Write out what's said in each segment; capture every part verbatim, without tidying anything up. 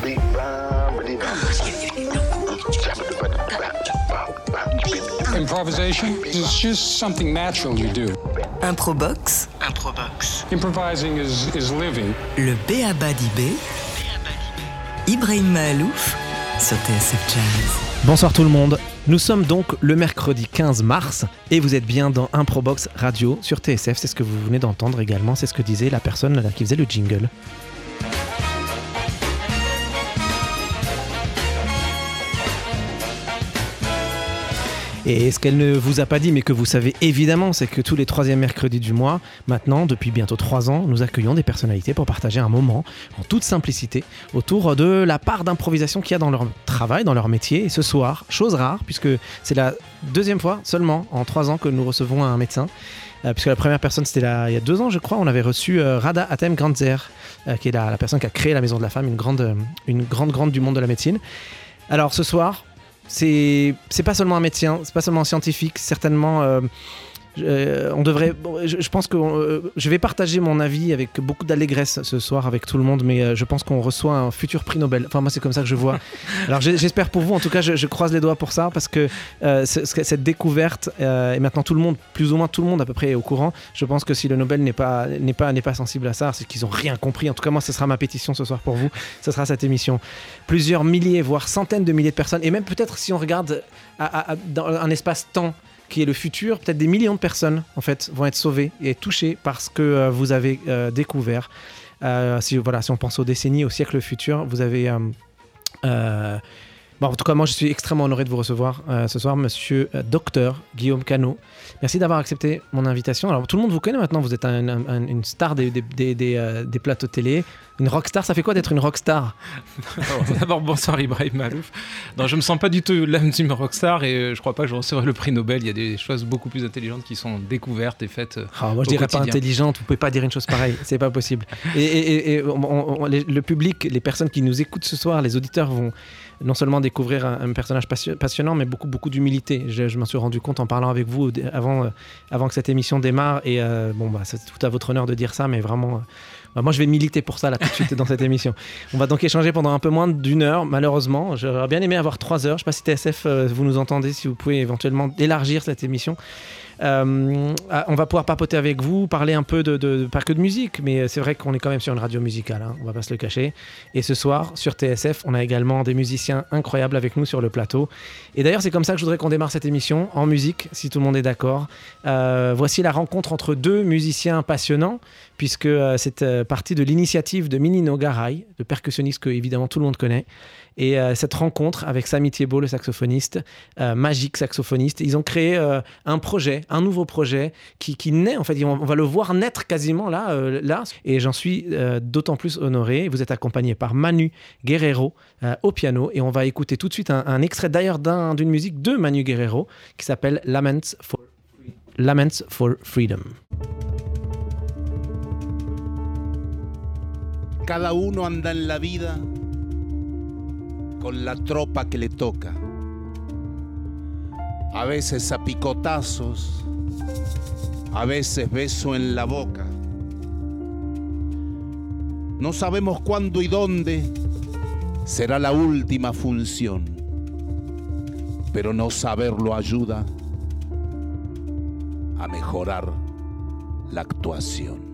Improvisation is just something natural you do. Improbox. Improbox. Improvising is, is living. Le B.A.B.A. d'Ibé. Ibrahim Mahalouf sur T S F Jazz. Bonsoir tout le monde, nous sommes donc le mercredi quinze mars et vous êtes bien dans Improbox Radio sur T S F, c'est ce que vous venez d'entendre également, c'est ce que disait la personne là, qui faisait le jingle. Et ce qu'elle ne vous a pas dit, mais que vous savez évidemment, c'est que tous les troisièmes mercredis du mois, maintenant, depuis bientôt trois ans, nous accueillons des personnalités pour partager un moment, en toute simplicité, autour de la part d'improvisation qu'il y a dans leur travail, dans leur métier. Et ce soir, chose rare, puisque c'est la deuxième fois seulement en trois ans que nous recevons un médecin, euh, puisque la première personne, c'était là, il y a deux ans, je crois, on avait reçu euh, Rada Atem Grantzer, euh, qui est la, la personne qui a créé la Maison de la Femme, une grande, euh, une grande, grande du monde de la médecine. Alors ce soir, C'est, c'est pas seulement un médecin, c'est pas seulement un scientifique, certainement. Euh, euh, on devrait. Je, je pense que euh, je vais partager mon avis avec beaucoup d'allégresse ce soir avec tout le monde, mais euh, je pense qu'on reçoit un futur prix Nobel. Enfin, moi, c'est comme ça que je vois. Alors, j'espère pour vous. En tout cas, je, je croise les doigts pour ça parce que euh, cette découverte euh, et maintenant tout le monde, plus ou moins tout le monde à peu près est au courant. Je pense que si le Nobel n'est pas n'est pas n'est pas sensible à ça, c'est qu'ils ont rien compris. En tout cas, moi, ce sera ma pétition ce soir pour vous. Ce sera cette émission. Plusieurs milliers, voire centaines de milliers de personnes, et même peut-être si on regarde à, à, à, dans un espace-temps qui est le futur, peut-être des millions de personnes en fait vont être sauvées et touchées par ce que euh, vous avez euh, découvert. Euh, si, voilà, si on pense aux décennies, aux siècles futurs, vous avez... Euh, euh, bon, en tout cas, moi je suis extrêmement honoré de vous recevoir euh, ce soir, monsieur euh, docteur Guillaume Canot. Merci d'avoir accepté mon invitation. Alors tout le monde vous connaît maintenant, vous êtes un, un, un, une star des, des, des, des, euh, des plateaux télé. Une rockstar, ça fait quoi d'être une rockstar ? D'abord, bonsoir Ibrahim Mahalouf. Non, je me sens pas du tout l'âme d'une rockstar et je crois pas que je recevrai le prix Nobel. Il y a des choses beaucoup plus intelligentes qui sont découvertes et faites. Ah, moi, je dirais quotidien. Pas intelligente. Vous pouvez pas dire une chose pareille. C'est pas possible. Et, et, et on, on, les, le public, les personnes qui nous écoutent ce soir, les auditeurs vont non seulement découvrir un, un personnage passionnant, mais beaucoup, beaucoup d'humilité. Je, je m'en suis rendu compte en parlant avec vous avant, euh, avant que cette émission démarre. Et euh, bon, bah, c'est tout à votre honneur de dire ça, mais vraiment. Euh, bah, moi, je vais militer pour ça là tout de suite dans cette émission. On va donc échanger pendant un peu moins d'une heure, malheureusement. J'aurais bien aimé avoir trois heures. Je ne sais pas si T S F, euh, vous nous entendez, si vous pouvez éventuellement élargir cette émission. Euh, on va pouvoir papoter avec vous, parler un peu de, de, de pas que de musique, mais c'est vrai qu'on est quand même sur une radio musicale, hein, on va pas se le cacher. Et ce soir, sur T S F, on a également des musiciens incroyables avec nous sur le plateau. Et d'ailleurs, c'est comme ça que je voudrais qu'on démarre cette émission, en musique, si tout le monde est d'accord. Euh, voici la rencontre entre deux musiciens passionnants, puisque euh, c'est euh, partie de l'initiative de Minino Garay, le percussionniste que évidemment tout le monde connaît. Et euh, cette rencontre avec Samy Thiebaud, le saxophoniste, euh, magique saxophoniste, ils ont créé euh, un projet, un nouveau projet qui, qui naît, en fait, on va le voir naître quasiment là, euh, là. Et j'en suis euh, d'autant plus honoré. Vous êtes accompagné par Manu Guerrero euh, au piano et on va écouter tout de suite un, un extrait d'ailleurs d'un, d'une musique de Manu Guerrero qui s'appelle Laments for, Laments for Freedom. Cada uno anda en la vida con la tropa que le toca, a veces a picotazos, a veces beso en la boca. No sabemos cuándo y dónde será la última función, pero no saberlo ayuda a mejorar la actuación.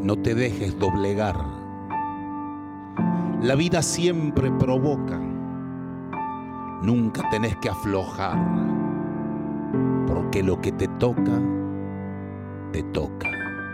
no te dejes doblegar. La vida siempre provoca, nunca tenés que aflojar, porque lo que te toca, te toca.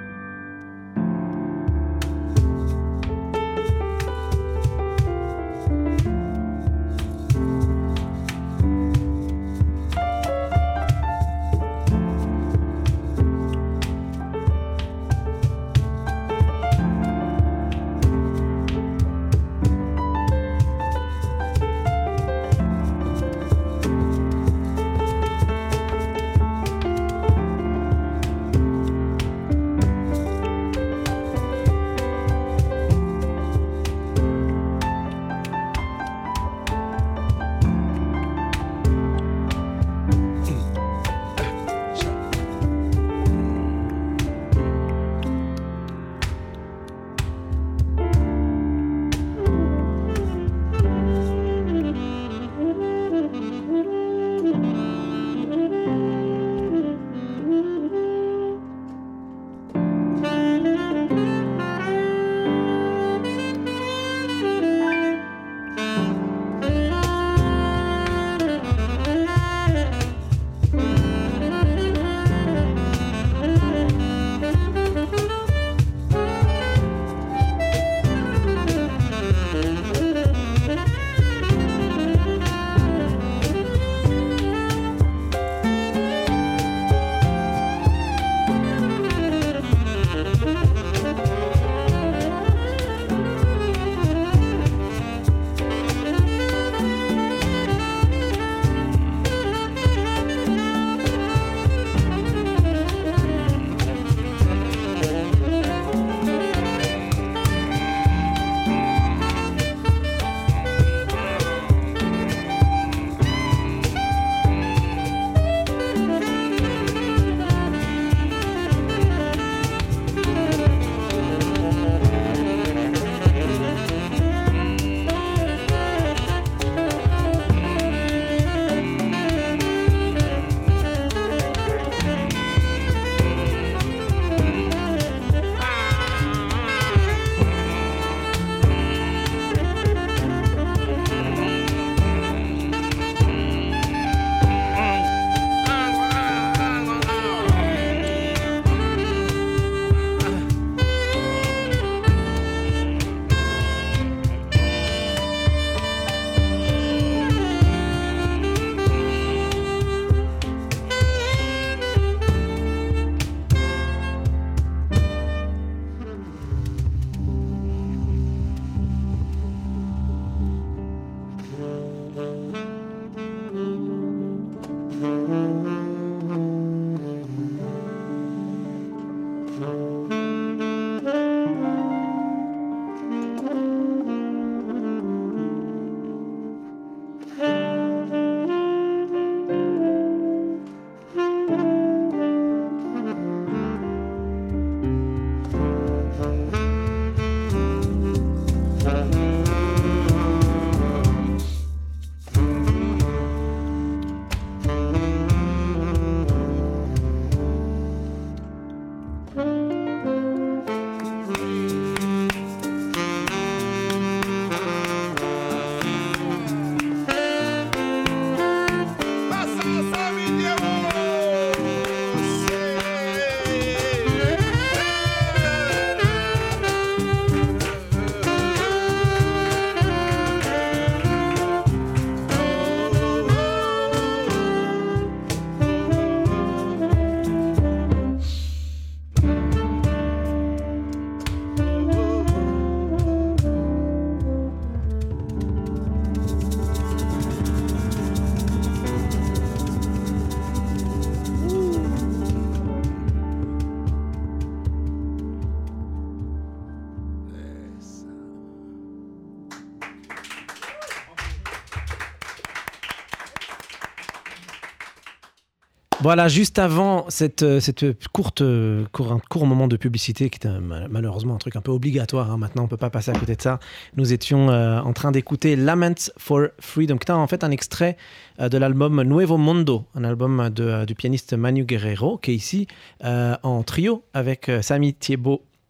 Voilà, juste avant cette, cette courte, court, un court moment de publicité, qui est un, malheureusement un truc un peu obligatoire, hein, maintenant on ne peut pas passer à côté de ça, nous étions euh, en train d'écouter Laments for Freedom, qui est en fait un extrait euh, de l'album Nuevo Mundo, un album de, du pianiste Manu Guerrero, qui est ici euh, en trio avec euh, Sami Thiébaut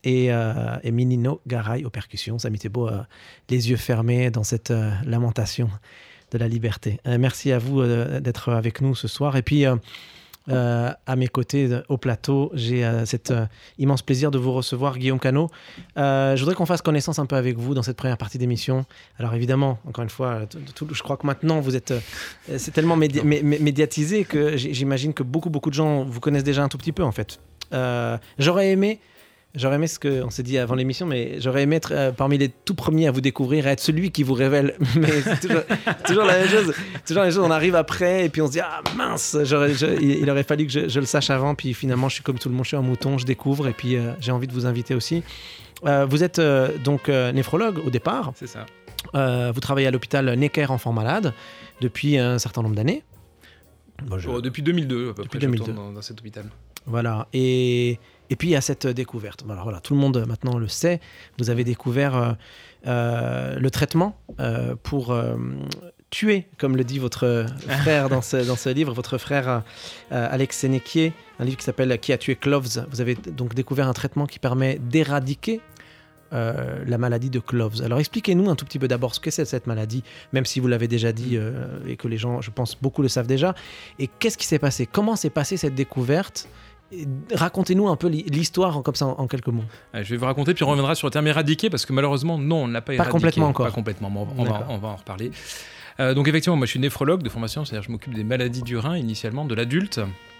et, euh, et Minino Garay aux percussions. Samy Thébault, euh, les yeux fermés dans cette euh, lamentation de la liberté. Euh, merci à vous euh, d'être avec nous ce soir. Et puis, euh, euh, à mes côtés, euh, au plateau, j'ai euh, cet euh, immense plaisir de vous recevoir, Guillaume Canot. Euh, je voudrais qu'on fasse connaissance un peu avec vous dans cette première partie d'émission. Alors évidemment, encore une fois, tout, tout, je crois que maintenant, vous êtes, euh, c'est tellement médi- mé- mé- médiatisé que j'imagine que beaucoup, beaucoup de gens vous connaissent déjà un tout petit peu, en fait. Euh, j'aurais aimé J'aurais aimé ce qu'on s'est dit avant l'émission, mais j'aurais aimé être euh, parmi les tout premiers à vous découvrir, à être celui qui vous révèle. Mais c'est toujours, toujours la même chose. Toujours la même chose. On arrive après et puis on se dit ah mince, j'aurais, je, il, il aurait fallu que je, je le sache avant. Puis finalement, je suis comme tout le monde, je suis un mouton, je découvre et puis euh, j'ai envie de vous inviter aussi. Euh, vous êtes euh, donc euh, néphrologue au départ. C'est ça. Euh, vous travaillez à l'hôpital Necker Enfants Malades depuis un certain nombre d'années. Bon, je... oh, depuis deux mille deux, à peu depuis près, deux mille deux. Je tourne dans, dans cet hôpital. Voilà. Et. Et puis il y a cette découverte. Alors voilà, tout le monde maintenant le sait. Vous avez découvert euh, euh, le traitement euh, pour euh, tuer, comme le dit votre frère dans ce, dans ce livre, votre frère euh, Alex Sénéquier, un livre qui s'appelle Qui a tué Cloves. Vous avez donc découvert un traitement qui permet d'éradiquer euh, la maladie de Cloves. Alors expliquez-nous un tout petit peu d'abord ce que c'est cette maladie, même si vous l'avez déjà dit euh, et que les gens, je pense, beaucoup le savent déjà. Et qu'est-ce qui s'est passé ? Comment s'est passée cette découverte ? Racontez-nous un peu l'histoire comme ça en, en quelques mots. Je vais vous raconter, puis on reviendra sur le terme éradiqué, parce que malheureusement, non, on ne l'a pas, pas éradiqué. Pas complètement encore. Pas complètement, mais on, on, va, on va en reparler. Euh, donc effectivement, moi je suis néphrologue de formation, c'est-à-dire je m'occupe des maladies du rein initialement, de l'adulte.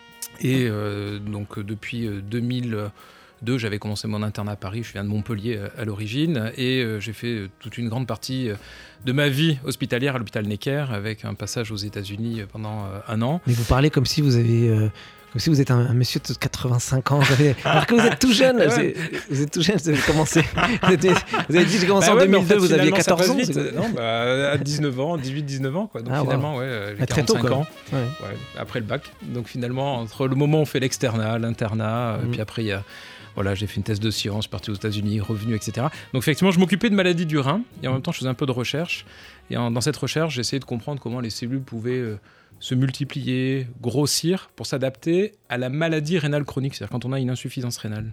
Et euh, donc depuis deux mille deux, j'avais commencé mon internat à Paris, je viens de Montpellier à, à l'origine, et euh, j'ai fait toute une grande partie de ma vie hospitalière à l'hôpital Necker, avec un passage aux États-Unis pendant euh, un an. Mais vous parlez comme si vous avez... Euh... Comme si vous êtes un, un monsieur de quatre-vingt-cinq ans, avez... alors que vous êtes tout jeune, ouais. vous, êtes, vous êtes tout jeune, vous avez commencé, vous, êtes, vous avez dit j'ai commencé bah en ouais, deux mille deux, en fait, vous aviez quatorze ans. Non, bah, à dix-neuf ans, dix-huit dix-neuf ans, quoi. Donc ah, finalement, wow. ouais, j'ai quarante-cinq tôt, ans, ouais. Ouais, après le bac. Donc finalement, entre le moment où on fait l'externat, l'internat, mmh. puis après il y a... Voilà, j'ai fait une thèse de sciences, parti aux États-Unis, revenu, et cetera. Donc effectivement, je m'occupais de maladies du rein, et en même temps, je faisais un peu de recherche. Et en, dans cette recherche, j'essayais de comprendre comment les cellules pouvaient... Euh, se multiplier, grossir pour s'adapter à la maladie rénale chronique, c'est-à-dire quand on a une insuffisance rénale.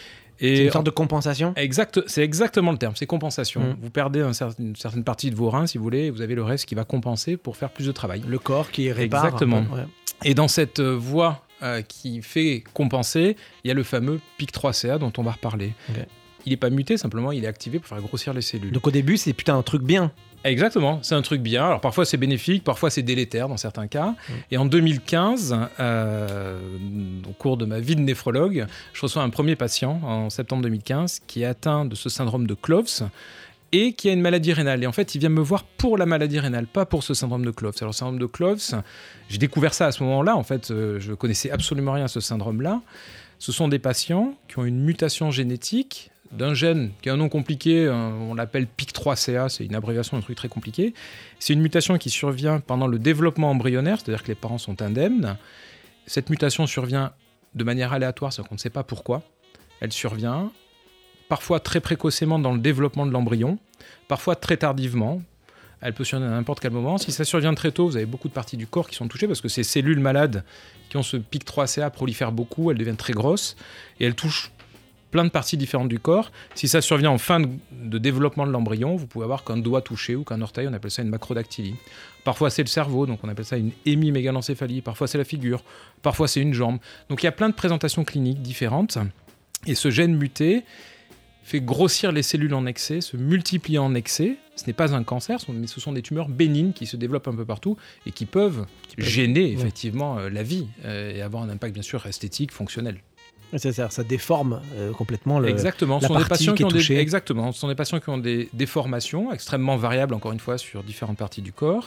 Et c'est une sorte de compensation ? Exact, c'est exactement le terme, c'est compensation. Mmh. Vous perdez un cer- une certaine partie de vos reins, si vous voulez, et vous avez le reste qui va compenser pour faire plus de travail. Le corps qui répare. Exactement. Ouais. Et dans cette euh, voie euh, qui fait compenser, il y a le fameux P I C trois C A dont on va reparler. Okay. Il n'est pas muté, simplement il est activé pour faire grossir les cellules. Donc au début, c'est putain un truc bien. Exactement, c'est un truc bien. Alors parfois c'est bénéfique, parfois c'est délétère dans certains cas. Mmh. Et en deux mille quinze, euh, au cours de ma vie de néphrologue, je reçois un premier patient en septembre deux mille quinze qui est atteint de ce syndrome de Cloves et qui a une maladie rénale. Et en fait, il vient me voir pour la maladie rénale, pas pour ce syndrome de Cloves. Alors le syndrome de Cloves, j'ai découvert ça à ce moment-là. En fait, euh, je connaissais absolument rien à ce syndrome-là. Ce sont des patients qui ont une mutation génétique d'un gène qui a un nom compliqué, on l'appelle P I C trois C A, c'est une abréviation d'un truc très compliqué. C'est une mutation qui survient pendant le développement embryonnaire, c'est-à-dire que les parents sont indemnes. Cette mutation survient de manière aléatoire, c'est-à-dire qu'on ne sait pas pourquoi. Elle survient parfois très précocement dans le développement de l'embryon, parfois très tardivement. Elle peut survenir à n'importe quel moment. Si ça survient très tôt, vous avez beaucoup de parties du corps qui sont touchées parce que ces cellules malades qui ont ce P I C trois C A prolifèrent beaucoup, elles deviennent très grosses et elles touchent plein de parties différentes du corps. Si ça survient en fin de, de développement de l'embryon, vous pouvez avoir qu'un doigt touché ou qu'un orteil, on appelle ça une macrodactylie. Parfois c'est le cerveau, donc on appelle ça une hémiméganencéphalie. Parfois c'est la figure, parfois c'est une jambe. Donc il y a plein de présentations cliniques différentes. Et ce gène muté fait grossir les cellules en excès, se multiplier en excès. Ce n'est pas un cancer, mais ce sont des tumeurs bénignes qui se développent un peu partout et qui peuvent gêner effectivement euh, la vie euh, et avoir un impact bien sûr esthétique, fonctionnel. C'est-à-dire, ça déforme euh, complètement le, exactement. la ce sont partie des patients qui est qui ont touchée. Des, exactement. Ce sont des patients qui ont des déformations extrêmement variables, encore une fois, sur différentes parties du corps.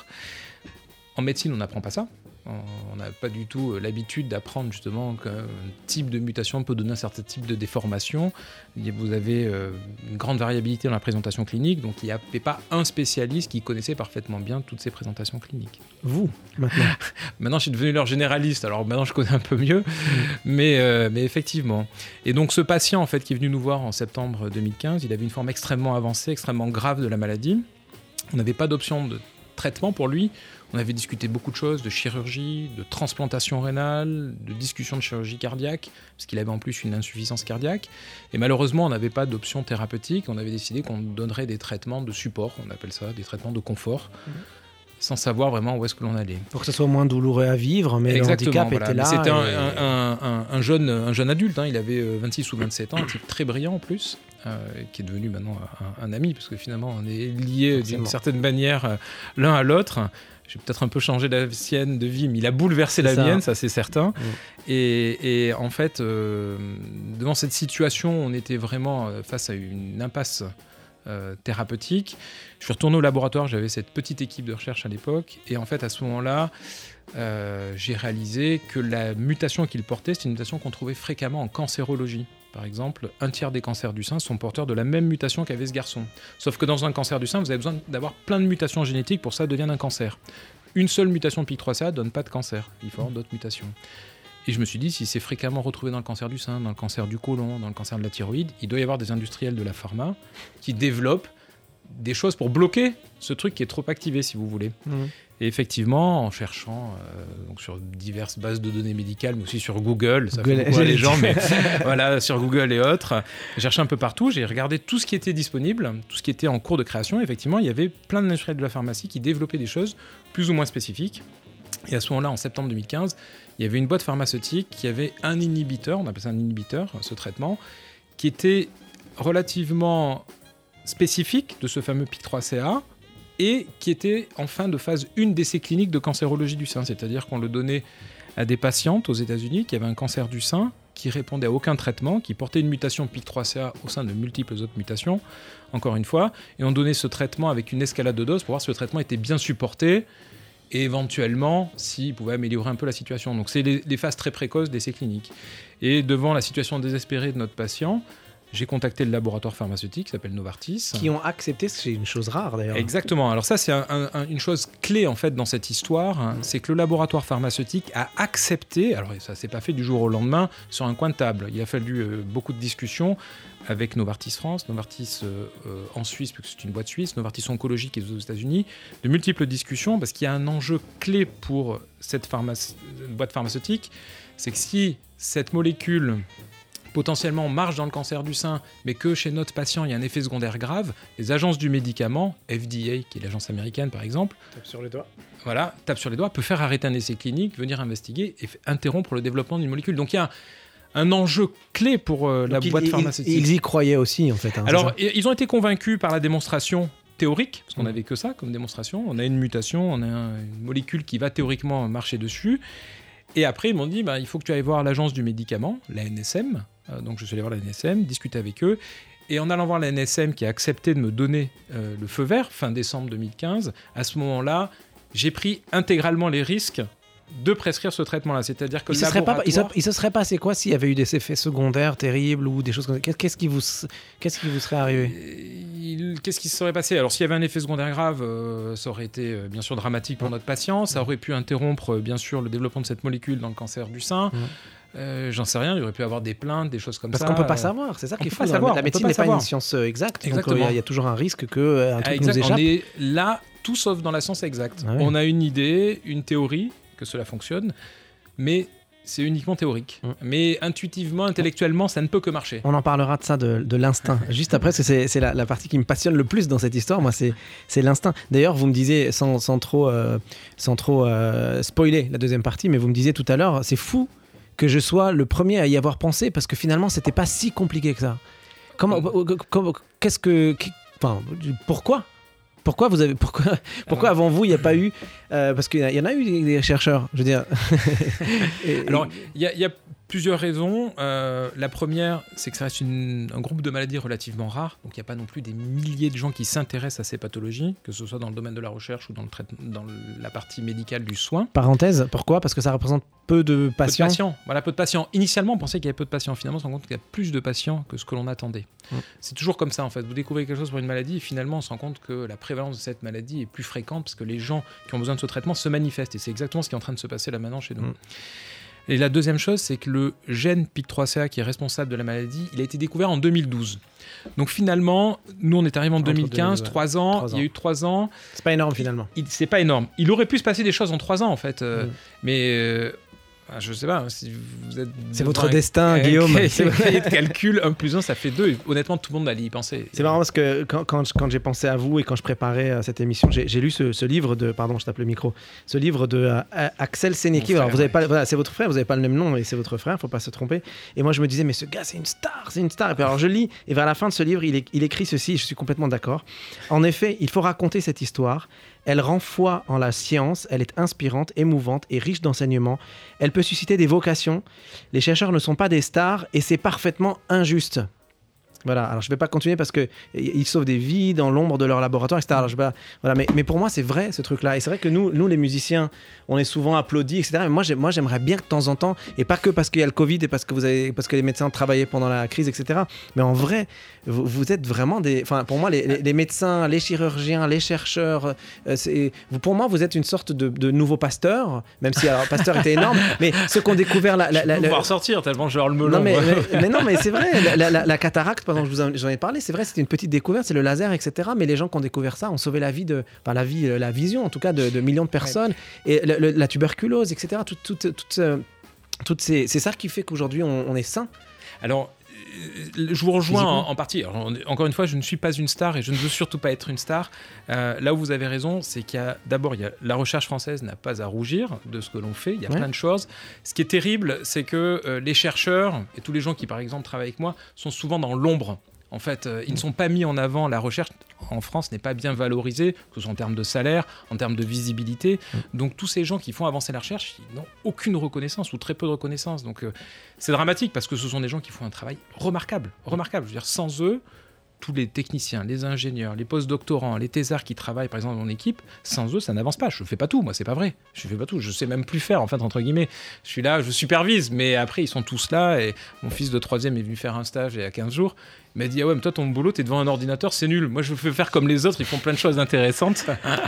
En médecine, on n'apprend pas ça. On n'a pas du tout l'habitude d'apprendre justement qu'un type de mutation peut donner un certain type de déformation. Vous avez une grande variabilité dans la présentation clinique, donc il n'y avait pas un spécialiste qui connaissait parfaitement bien toutes ces présentations cliniques. Vous, maintenant Maintenant, je suis devenu leur généraliste, alors maintenant je connais un peu mieux, mais, euh, mais effectivement. Et donc ce patient en fait, qui est venu nous voir en septembre deux mille quinze, il avait une forme extrêmement avancée, extrêmement grave de la maladie. On n'avait pas d'option de traitement pour lui. On avait discuté beaucoup de choses, de chirurgie, de transplantation rénale, de discussion de chirurgie cardiaque, parce qu'il avait en plus une insuffisance cardiaque. Et malheureusement, on n'avait pas d'option thérapeutique. On avait décidé qu'on donnerait des traitements de support, on appelle ça des traitements de confort, mmh. sans savoir vraiment où est-ce que l'on allait. Pour que ce soit moins douloureux à vivre, mais Exactement, le handicap voilà. était là. Mais c'était et... un, un, un, un, jeune, un jeune adulte, hein. Il avait vingt-six ou vingt-sept ans, un type très brillant en plus, euh, qui est devenu maintenant un, un ami, parce que finalement on est liés d'une certaine manière euh, l'un à l'autre. J'ai peut-être un peu changé la sienne de vie, mais il a bouleversé c'est la ça. mienne, ça c'est certain. Mmh. Et, et en fait, euh, devant cette situation, on était vraiment face à une impasse euh, thérapeutique. Je suis retourné au laboratoire, j'avais cette petite équipe de recherche à l'époque, et en fait, à ce moment-là, euh, j'ai réalisé que la mutation qu'il portait, c'est une mutation qu'on trouvait fréquemment en cancérologie. Par exemple, un tiers des cancers du sein sont porteurs de la même mutation qu'avait ce garçon. Sauf que dans un cancer du sein, vous avez besoin d'avoir plein de mutations génétiques pour que ça devienne un cancer. Une seule mutation de P I C trois C A ne donne pas de cancer. Il faut avoir d'autres mutations. Et je me suis dit, si c'est fréquemment retrouvé dans le cancer du sein, dans le cancer du côlon, dans le cancer de la thyroïde, il doit y avoir des industriels de la pharma qui développent des choses pour bloquer ce truc qui est trop activé, si vous voulez. Mmh. Et effectivement, en cherchant euh, donc sur diverses bases de données médicales, mais aussi sur Google, ça Google, fait beaucoup les gens, mais voilà, sur Google et autres, j'ai cherché un peu partout, j'ai regardé tout ce qui était disponible, tout ce qui était en cours de création. Effectivement, il y avait plein d'industriels de la pharmacie qui développaient des choses plus ou moins spécifiques. Et à ce moment-là, en septembre deux mille quinze, il y avait une boîte pharmaceutique qui avait un inhibiteur, on appelle ça un inhibiteur, ce traitement, qui était relativement spécifique de ce fameux P I C trois C A, et qui était en fin de phase un d'essai clinique de cancérologie du sein, c'est-à-dire qu'on le donnait à des patientes aux États-Unis qui avaient un cancer du sein, qui répondaient à aucun traitement, qui portaient une mutation P I C trois C A au sein de multiples autres mutations, encore une fois, et on donnait ce traitement avec une escalade de doses pour voir si le traitement était bien supporté, et éventuellement s'il pouvait améliorer un peu la situation. Donc c'est les, les phases très précoces d'essai clinique. Et devant la situation désespérée de notre patient, j'ai contacté le laboratoire pharmaceutique qui s'appelle Novartis. Qui ont accepté, c'est une chose rare d'ailleurs. Exactement. Alors ça, c'est un, un, une chose clé en fait dans cette histoire, hein, c'est que le laboratoire pharmaceutique a accepté, alors ça s'est pas fait du jour au lendemain sur un coin de table. Il a fallu euh, beaucoup de discussions avec Novartis France, Novartis euh, euh, en Suisse, parce que c'est une boîte suisse, Novartis Oncologie qui est aux États-Unis, de multiples discussions, parce qu'il y a un enjeu clé pour cette pharmacie, boîte pharmaceutique, c'est que si cette molécule potentiellement marche dans le cancer du sein, mais que chez notre patient, il y a un effet secondaire grave, les agences du médicament, F D A, qui est l'agence américaine par exemple, tape sur les doigts. Voilà, tape sur les doigts, peut faire arrêter un essai clinique, venir investiguer et f- interrompre le développement d'une molécule. Donc il y a un enjeu clé pour euh, la il, boîte il, pharmaceutique. Ils y croyaient aussi en fait. Hein, Alors, ils ont été convaincus par la démonstration théorique, parce qu'on n'avait que ça comme démonstration. On a une mutation, on a un, une molécule qui va théoriquement marcher dessus. Et après, ils m'ont dit, bah, il faut que tu ailles voir l'agence du médicament, la N S M. Euh, donc, je suis allé voir la N S M, discuter avec eux. Et en allant voir la N S M qui a accepté de me donner euh, le feu vert, fin décembre deux mille quinze, à ce moment-là, j'ai pris intégralement les risques de prescrire ce traitement-là. C'est-à-dire que il le se laboratoire... Serait pas, il, se, il se serait passé quoi s'il y avait eu des effets secondaires terribles ou des choses comme ça? Qu'est-ce qui vous, qu'est-ce qui vous serait arrivé? il, Qu'est-ce qui se serait passé? Alors, s'il y avait un effet secondaire grave, euh, ça aurait été euh, bien sûr dramatique pour notre patient. Ça aurait pu interrompre, euh, bien sûr, le développement de cette molécule dans le cancer du sein. Mmh. Euh, j'en sais rien, il aurait pu avoir des plaintes, des choses comme Parce ça. Parce qu'on peut pas savoir, c'est ça qu'il faut. Pas savoir, la médecine n'est pas une science exacte, Exactement. donc il y, y a toujours un risque que un truc exact. nous échappe. On est là, tout sauf dans la science exacte. Ah oui. On a une idée, une théorie, que cela fonctionne, mais c'est uniquement théorique. Mmh. Mais intuitivement, intellectuellement, ça ne peut que marcher. On en parlera de ça, de, de l'instinct, juste après, parce que c'est, c'est la, la partie qui me passionne le plus dans cette histoire, moi, c'est, c'est l'instinct. D'ailleurs, vous me disiez, sans, sans trop, euh, sans trop euh, spoiler la deuxième partie, mais vous me disiez tout à l'heure, c'est fou que je sois le premier à y avoir pensé, parce que finalement, c'était pas si compliqué que ça. Comment, comment qu'est-ce que... Enfin, pourquoi Pourquoi vous avez pourquoi pourquoi avant vous il n'y a pas eu euh, parce qu'il y en a eu des, des chercheurs, je veux dire. et, Alors il y, y a plusieurs raisons. Euh, la première, c'est que ça reste une, un groupe de maladies relativement rares, donc il n'y a pas non plus des milliers de gens qui s'intéressent à ces pathologies, que ce soit dans le domaine de la recherche ou dans le traitement, dans la partie médicale du soin. Parenthèse, pourquoi? Parce que ça représente peu de patients. Peu de patients. Voilà, peu de patients. Initialement, on pensait qu'il y avait peu de patients. Finalement, on se rend compte qu'il y a plus de patients que ce que l'on attendait. Mmh. C'est toujours comme ça, en fait. Vous découvrez quelque chose pour une maladie et finalement, on se rend compte que la prévalence de cette maladie est plus fréquente parce que les gens qui ont besoin de ce traitement se manifestent. Et c'est exactement ce qui est en train de se passer là maintenant chez nous. Mmh. Et la deuxième chose, c'est que le gène P I C trois C A qui est responsable de la maladie, il a été découvert en deux mille douze. Donc finalement, nous on est arrivé en deux mille quinze, trois ans, ans, il y a eu trois ans. C'est pas énorme finalement. Il, c'est pas énorme. Il aurait pu se passer des choses en trois ans en fait, euh, mmh. mais euh, je sais pas si vous êtes. C'est votre destin, un, Guillaume. C'est votre de calcul, un plus un, ça fait deux. Et honnêtement, tout le monde allait y penser. C'est marrant parce que quand, quand, quand j'ai pensé à vous et quand je préparais cette émission, j'ai, j'ai lu ce, ce livre de, pardon, je tape le micro, ce livre de euh, Axel Sénéki. Alors vous avez pas, voilà, c'est votre frère, vous n'avez pas le même nom, et c'est votre frère, faut pas se tromper. Et moi je me disais, mais ce gars, c'est une star, c'est une star. Et puis alors je lis, et vers la fin de ce livre, il, est, il écrit ceci, et je suis complètement d'accord. En effet, il faut raconter cette histoire. Elle rend foi en la science, elle est inspirante, émouvante et riche d'enseignements. Elle peut susciter des vocations. Les chercheurs ne sont pas des stars et c'est parfaitement injuste. Voilà, alors je ne vais pas continuer parce qu'ils sauvent des vies dans l'ombre de leur laboratoire, et cetera. Alors je vais pas, voilà, mais, mais pour moi, c'est vrai ce truc-là. Et c'est vrai que nous, nous les musiciens, on est souvent applaudis, et cetera. Mais moi, j'ai, moi, j'aimerais bien que de temps en temps, et pas que parce qu'il y a le Covid et parce que, vous avez, parce que les médecins travaillaient pendant la crise, et cetera. Mais en vrai, vous, vous êtes vraiment des... Enfin, pour moi, les, les, les médecins, les chirurgiens, les chercheurs, euh, c'est, vous, pour moi, vous êtes une sorte de, de nouveau Pasteur, même si alors, Pasteur était énorme, mais ceux qui ont découvert la... la, la je vais pouvoir sortir tellement je vais avoir le melon. Non, mais, mais, mais non, mais c'est vrai, la, la, la, la cataracte, pendant que je vous en, j'en ai parlé, c'est vrai, c'était une petite découverte, c'est le laser, et cetera. Mais les gens qui ont découvert ça ont sauvé la vie de, enfin la vie, la vision en tout cas de, de millions de personnes. Ouais. Et le, le, la tuberculose, et cetera. Tout, tout, tout, tout, euh, tout c'est, c'est ça qui fait qu'aujourd'hui on, on est sain. Alors, je vous rejoins en, en partie. Alors, encore une fois, je ne suis pas une star et je ne veux surtout pas être une star. Euh, là où vous avez raison, c'est qu'il y a d'abord, il y a, la recherche française n'a pas à rougir de ce que l'on fait. Il y a ouais. plein de choses. Ce qui est terrible, c'est que euh, les chercheurs et tous les gens qui, par exemple, travaillent avec moi, sont souvent dans l'ombre. En fait, euh, ils ne sont pas mis en avant. La recherche en France n'est pas bien valorisée, que ce soit en termes de salaire, en termes de visibilité. Mmh. Donc, tous ces gens qui font avancer la recherche, ils n'ont aucune reconnaissance ou très peu de reconnaissance. Donc, euh, c'est dramatique parce que ce sont des gens qui font un travail remarquable. Remarquable. Je veux dire, sans eux, tous les techniciens, les ingénieurs, les post-doctorants, les thésards qui travaillent, par exemple, dans mon équipe, sans eux, ça n'avance pas. Je ne fais pas tout, moi, c'est pas vrai. Je ne fais pas tout. Je ne sais même plus faire, en fait, entre guillemets. Je suis là, je supervise, mais après, ils sont tous là. Et mon fils de troisième est venu faire un stage il y a quinze jours. Il m'a dit, ah ouais, mais toi, ton boulot, t'es devant un ordinateur, c'est nul. Moi, je veux faire comme les autres, ils font plein de choses intéressantes.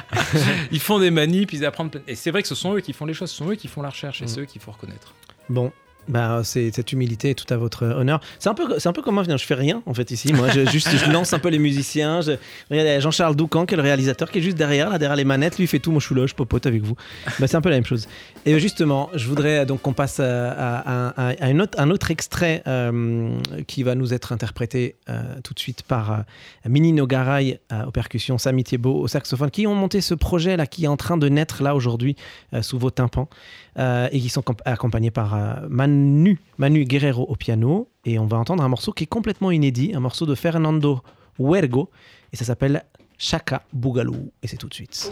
Ils font des manips, ils apprennent plein... Et c'est vrai que ce sont eux qui font les choses, ce sont eux qui font la recherche, et mmh. c'est eux qu'il faut reconnaître. Bon. Bah, c'est, cette humilité est tout à votre honneur. C'est un peu, c'est un peu comme moi, je fais rien en fait ici. Moi, je, juste, je lance un peu les musiciens. Je, regardez, Jean-Charles Doucan, qui est le réalisateur, qui est juste derrière, là, derrière les manettes. Lui, il fait tout. Moi, je suis là, je popote avec vous. Bah, c'est un peu la même chose. Et justement, je voudrais donc qu'on passe à, à, à, à une autre, un autre extrait euh, qui va nous être interprété euh, tout de suite par euh, Mini Nogaray euh, aux percussions, Samy Thiebaud au saxophone, qui ont monté ce projet là, qui est en train de naître là aujourd'hui euh, sous vos tympans. Euh, et qui sont comp- accompagnés par euh, Manu, Manu Guerrero au piano. Et on va entendre un morceau qui est complètement inédit, un morceau de Fernando Huergo, et ça s'appelle Chaka Bougalou. Et c'est tout de suite.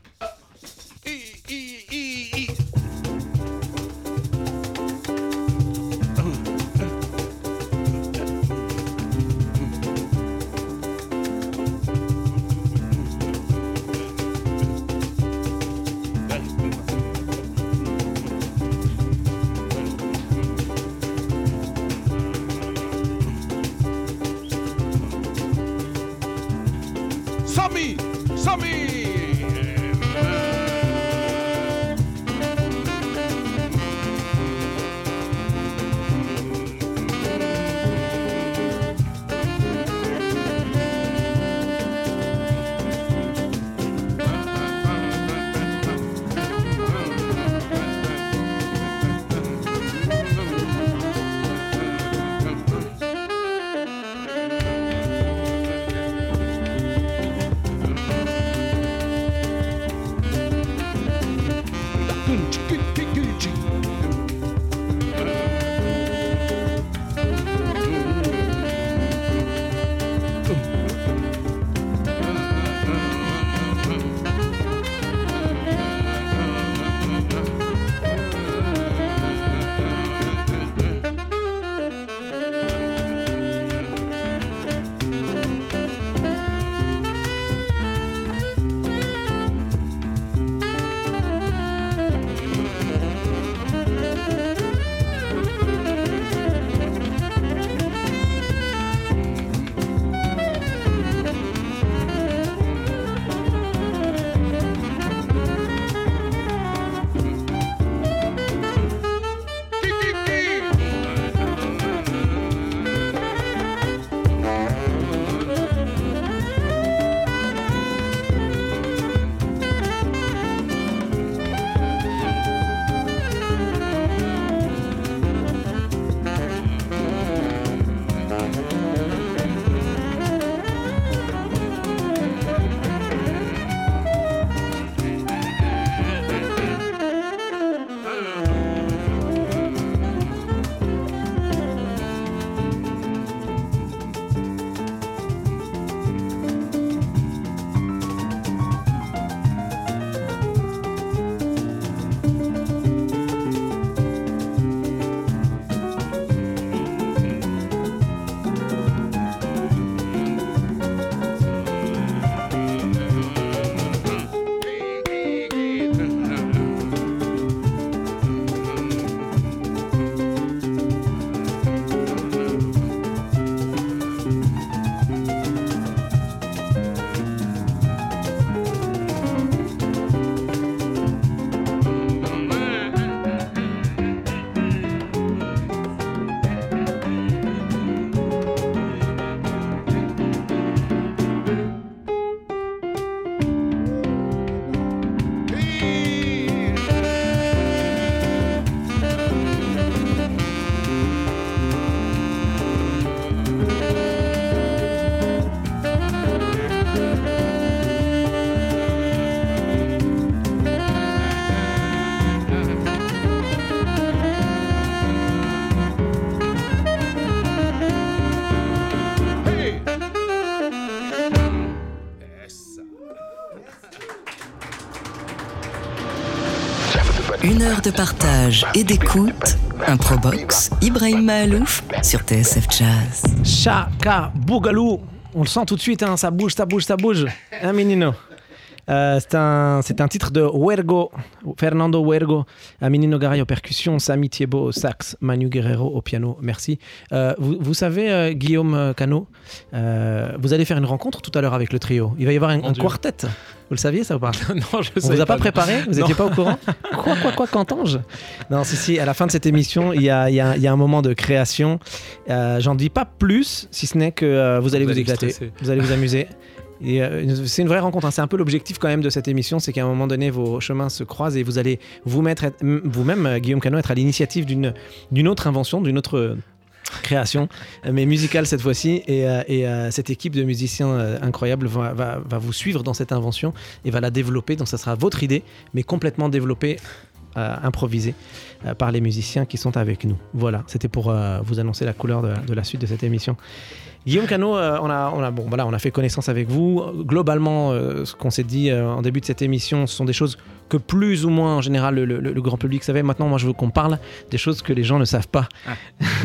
Samy, Samy. Une heure de partage et d'écoute. Improbox, Ibrahim Mahalouf sur T S F Jazz. Chaka Bougalou. On le sent tout de suite, hein, ça bouge, ça bouge, ça bouge. Hein, Menino? Euh, c'est, un, c'est un titre de Huergo, Fernando Huergo, Menino Garay aux percussions, Samy Thiebaud au sax, Manu Guerrero au piano. Merci. Euh, vous, vous savez, euh, Guillaume Cano, euh, vous allez faire une rencontre tout à l'heure avec le trio. Il va y avoir un, un quartet. Vous le saviez, ça ou pas? Non, je On savais vous a pas, pas préparé? Vous n'étiez pas au courant? Quoi, quoi, quoi, qu'entends-je? Non, si, si, à la fin de cette émission, il y a, il y a, il y a un moment de création. Euh, j'en dis pas plus, si ce n'est que euh, vous allez vous, vous allez éclater, stresser. Vous allez vous amuser. Et euh, c'est une vraie rencontre, hein. C'est un peu l'objectif quand même de cette émission, c'est qu'à un moment donné vos chemins se croisent et vous allez vous mettre, vous-même Guillaume Cano, être à l'initiative d'une, d'une autre invention, d'une autre création, mais musicale cette fois-ci, et, euh, et euh, cette équipe de musiciens euh, incroyables va, va, va vous suivre dans cette invention et va la développer, donc ça sera votre idée, mais complètement développée, euh, improvisée euh, par les musiciens qui sont avec nous. Voilà, c'était pour euh, vous annoncer la couleur de, de la suite de cette émission. Guillaume Cano, euh, on, a, on, a, bon, voilà, on a fait connaissance avec vous. Globalement, euh, ce qu'on s'est dit euh, en début de cette émission, ce sont des choses que plus ou moins en général le, le, le grand public savait. Maintenant, moi je veux qu'on parle des choses que les gens ne savent pas. Il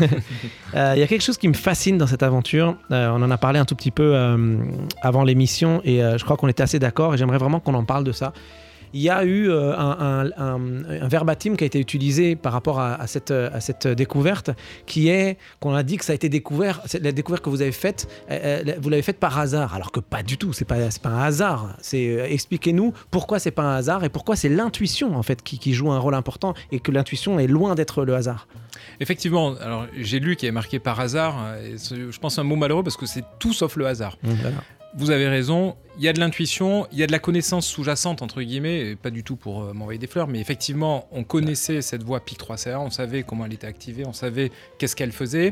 ah. euh, y a quelque chose qui me fascine dans cette aventure. Euh, on en a parlé un tout petit peu euh, avant l'émission et euh, je crois qu'on était assez d'accord et j'aimerais vraiment qu'on en parle de ça. Il y a eu euh, un, un, un, un verbatim qui a été utilisé par rapport à, à, cette, à cette découverte, qui est qu'on a dit que ça a été découvert, la découverte que vous avez faite, euh, vous l'avez faite par hasard, alors que pas du tout, c'est pas, c'est pas un hasard. C'est, euh, expliquez-nous pourquoi c'est pas un hasard et pourquoi c'est l'intuition en fait qui, qui joue un rôle important et que l'intuition est loin d'être le hasard. Effectivement, alors j'ai lu qu'il est marqué par hasard, et je pense un mot malheureux parce que c'est tout sauf le hasard. Mmh, voilà. Vous avez raison, il y a de l'intuition, il y a de la connaissance sous-jacente, entre guillemets, et pas du tout pour euh, m'envoyer des fleurs, mais effectivement, on connaissait cette voix P I C trois C A, on savait comment elle était activée, on savait qu'est-ce qu'elle faisait,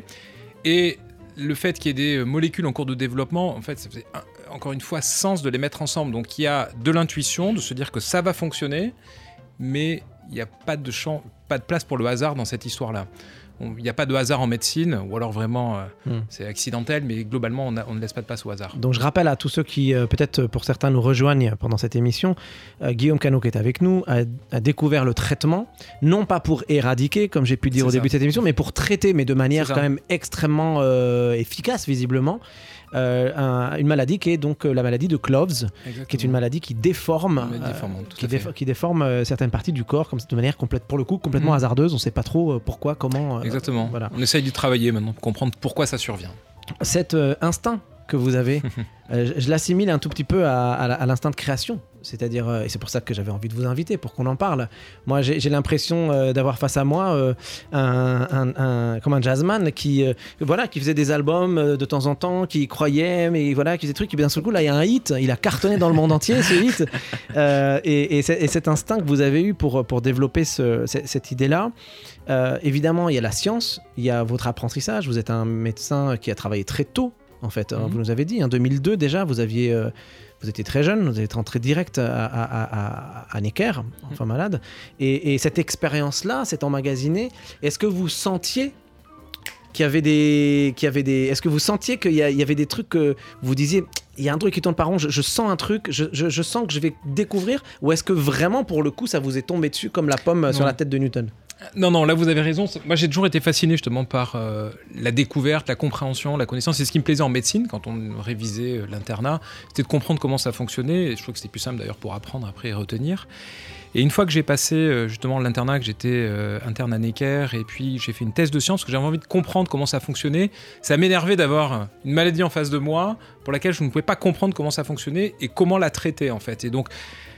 et le fait qu'il y ait des molécules en cours de développement, en fait, ça faisait, un, encore une fois, sens de les mettre ensemble. Donc il y a de l'intuition, de se dire que ça va fonctionner, mais il n'y a pas de champ, pas de place pour le hasard dans cette histoire-là. Il n'y a pas de hasard en médecine, ou alors vraiment euh, mmh. c'est accidentel, mais globalement on, a, on ne laisse pas de place au hasard. Donc je rappelle à tous ceux qui, euh, peut-être pour certains nous rejoignent pendant cette émission, euh, Guillaume Cano qui est avec nous a, a découvert le traitement, non pas pour éradiquer, comme j'ai pu dire c'est au ça. début de cette émission, mais pour traiter, mais de manière quand même extrêmement euh, efficace visiblement. Euh, un, une maladie qui est donc euh, la maladie de Cloves, Exactement. Qui est une maladie qui déforme, euh, qui, défo- qui déforme euh, certaines parties du corps comme de manière complète, pour le coup complètement mmh. hasardeuse. On ne sait pas trop euh, pourquoi, comment. Euh, Exactement. Voilà. On essaye d'y travailler maintenant pour comprendre pourquoi ça survient. Cet euh, instinct que vous avez, euh, je, je l'assimile un tout petit peu à, à, à l'instinct de création. C'est-à-dire, euh, et c'est pour ça que j'avais envie de vous inviter, pour qu'on en parle. Moi, j'ai, j'ai l'impression euh, d'avoir face à moi euh, un, un, un, comme un jazzman qui, euh, voilà, qui faisait des albums euh, de temps en temps, qui croyait, mais voilà, qui faisait des trucs, et bien d'un seul coup, là, il y a un hit, il a cartonné dans le monde entier, ce hit. Euh, et, et, et cet instinct que vous avez eu pour, pour développer ce, cette, cette idée-là, euh, évidemment, il y a la science, il y a votre apprentissage. Vous êtes un médecin qui a travaillé très tôt, en fait. Mm-hmm. Vous nous avez dit, en deux mille deux déjà, vous aviez... Euh, Vous étiez très jeune, vous êtes rentré direct à, à, à, à Necker, enfant malade. Et, et cette expérience-là, cette emmagasinée, est-ce que vous sentiez qu'il y avait des... Qu'il y avait des est-ce que vous sentiez qu'il y, a, il y avait des trucs que vous disiez, il y a un truc qui tourne par rond, je, je sens un truc, je, je, je sens que je vais découvrir, ou est-ce que vraiment, pour le coup, ça vous est tombé dessus comme la pomme non. sur la tête de Newton ? Non, non, là vous avez raison. Moi j'ai toujours été fasciné justement par euh, la découverte, la compréhension, la connaissance. C'est ce qui me plaisait en médecine quand on révisait euh, l'internat, c'était de comprendre comment ça fonctionnait. Et je trouve que c'était plus simple d'ailleurs pour apprendre après et retenir. Et une fois que j'ai passé euh, justement l'internat, que j'étais euh, interne à Necker, et puis j'ai fait une thèse de sciences, parce que j'avais envie de comprendre comment ça fonctionnait, ça m'énervait d'avoir une maladie en face de moi pour laquelle je ne pouvais pas comprendre comment ça fonctionnait et comment la traiter en fait. Et donc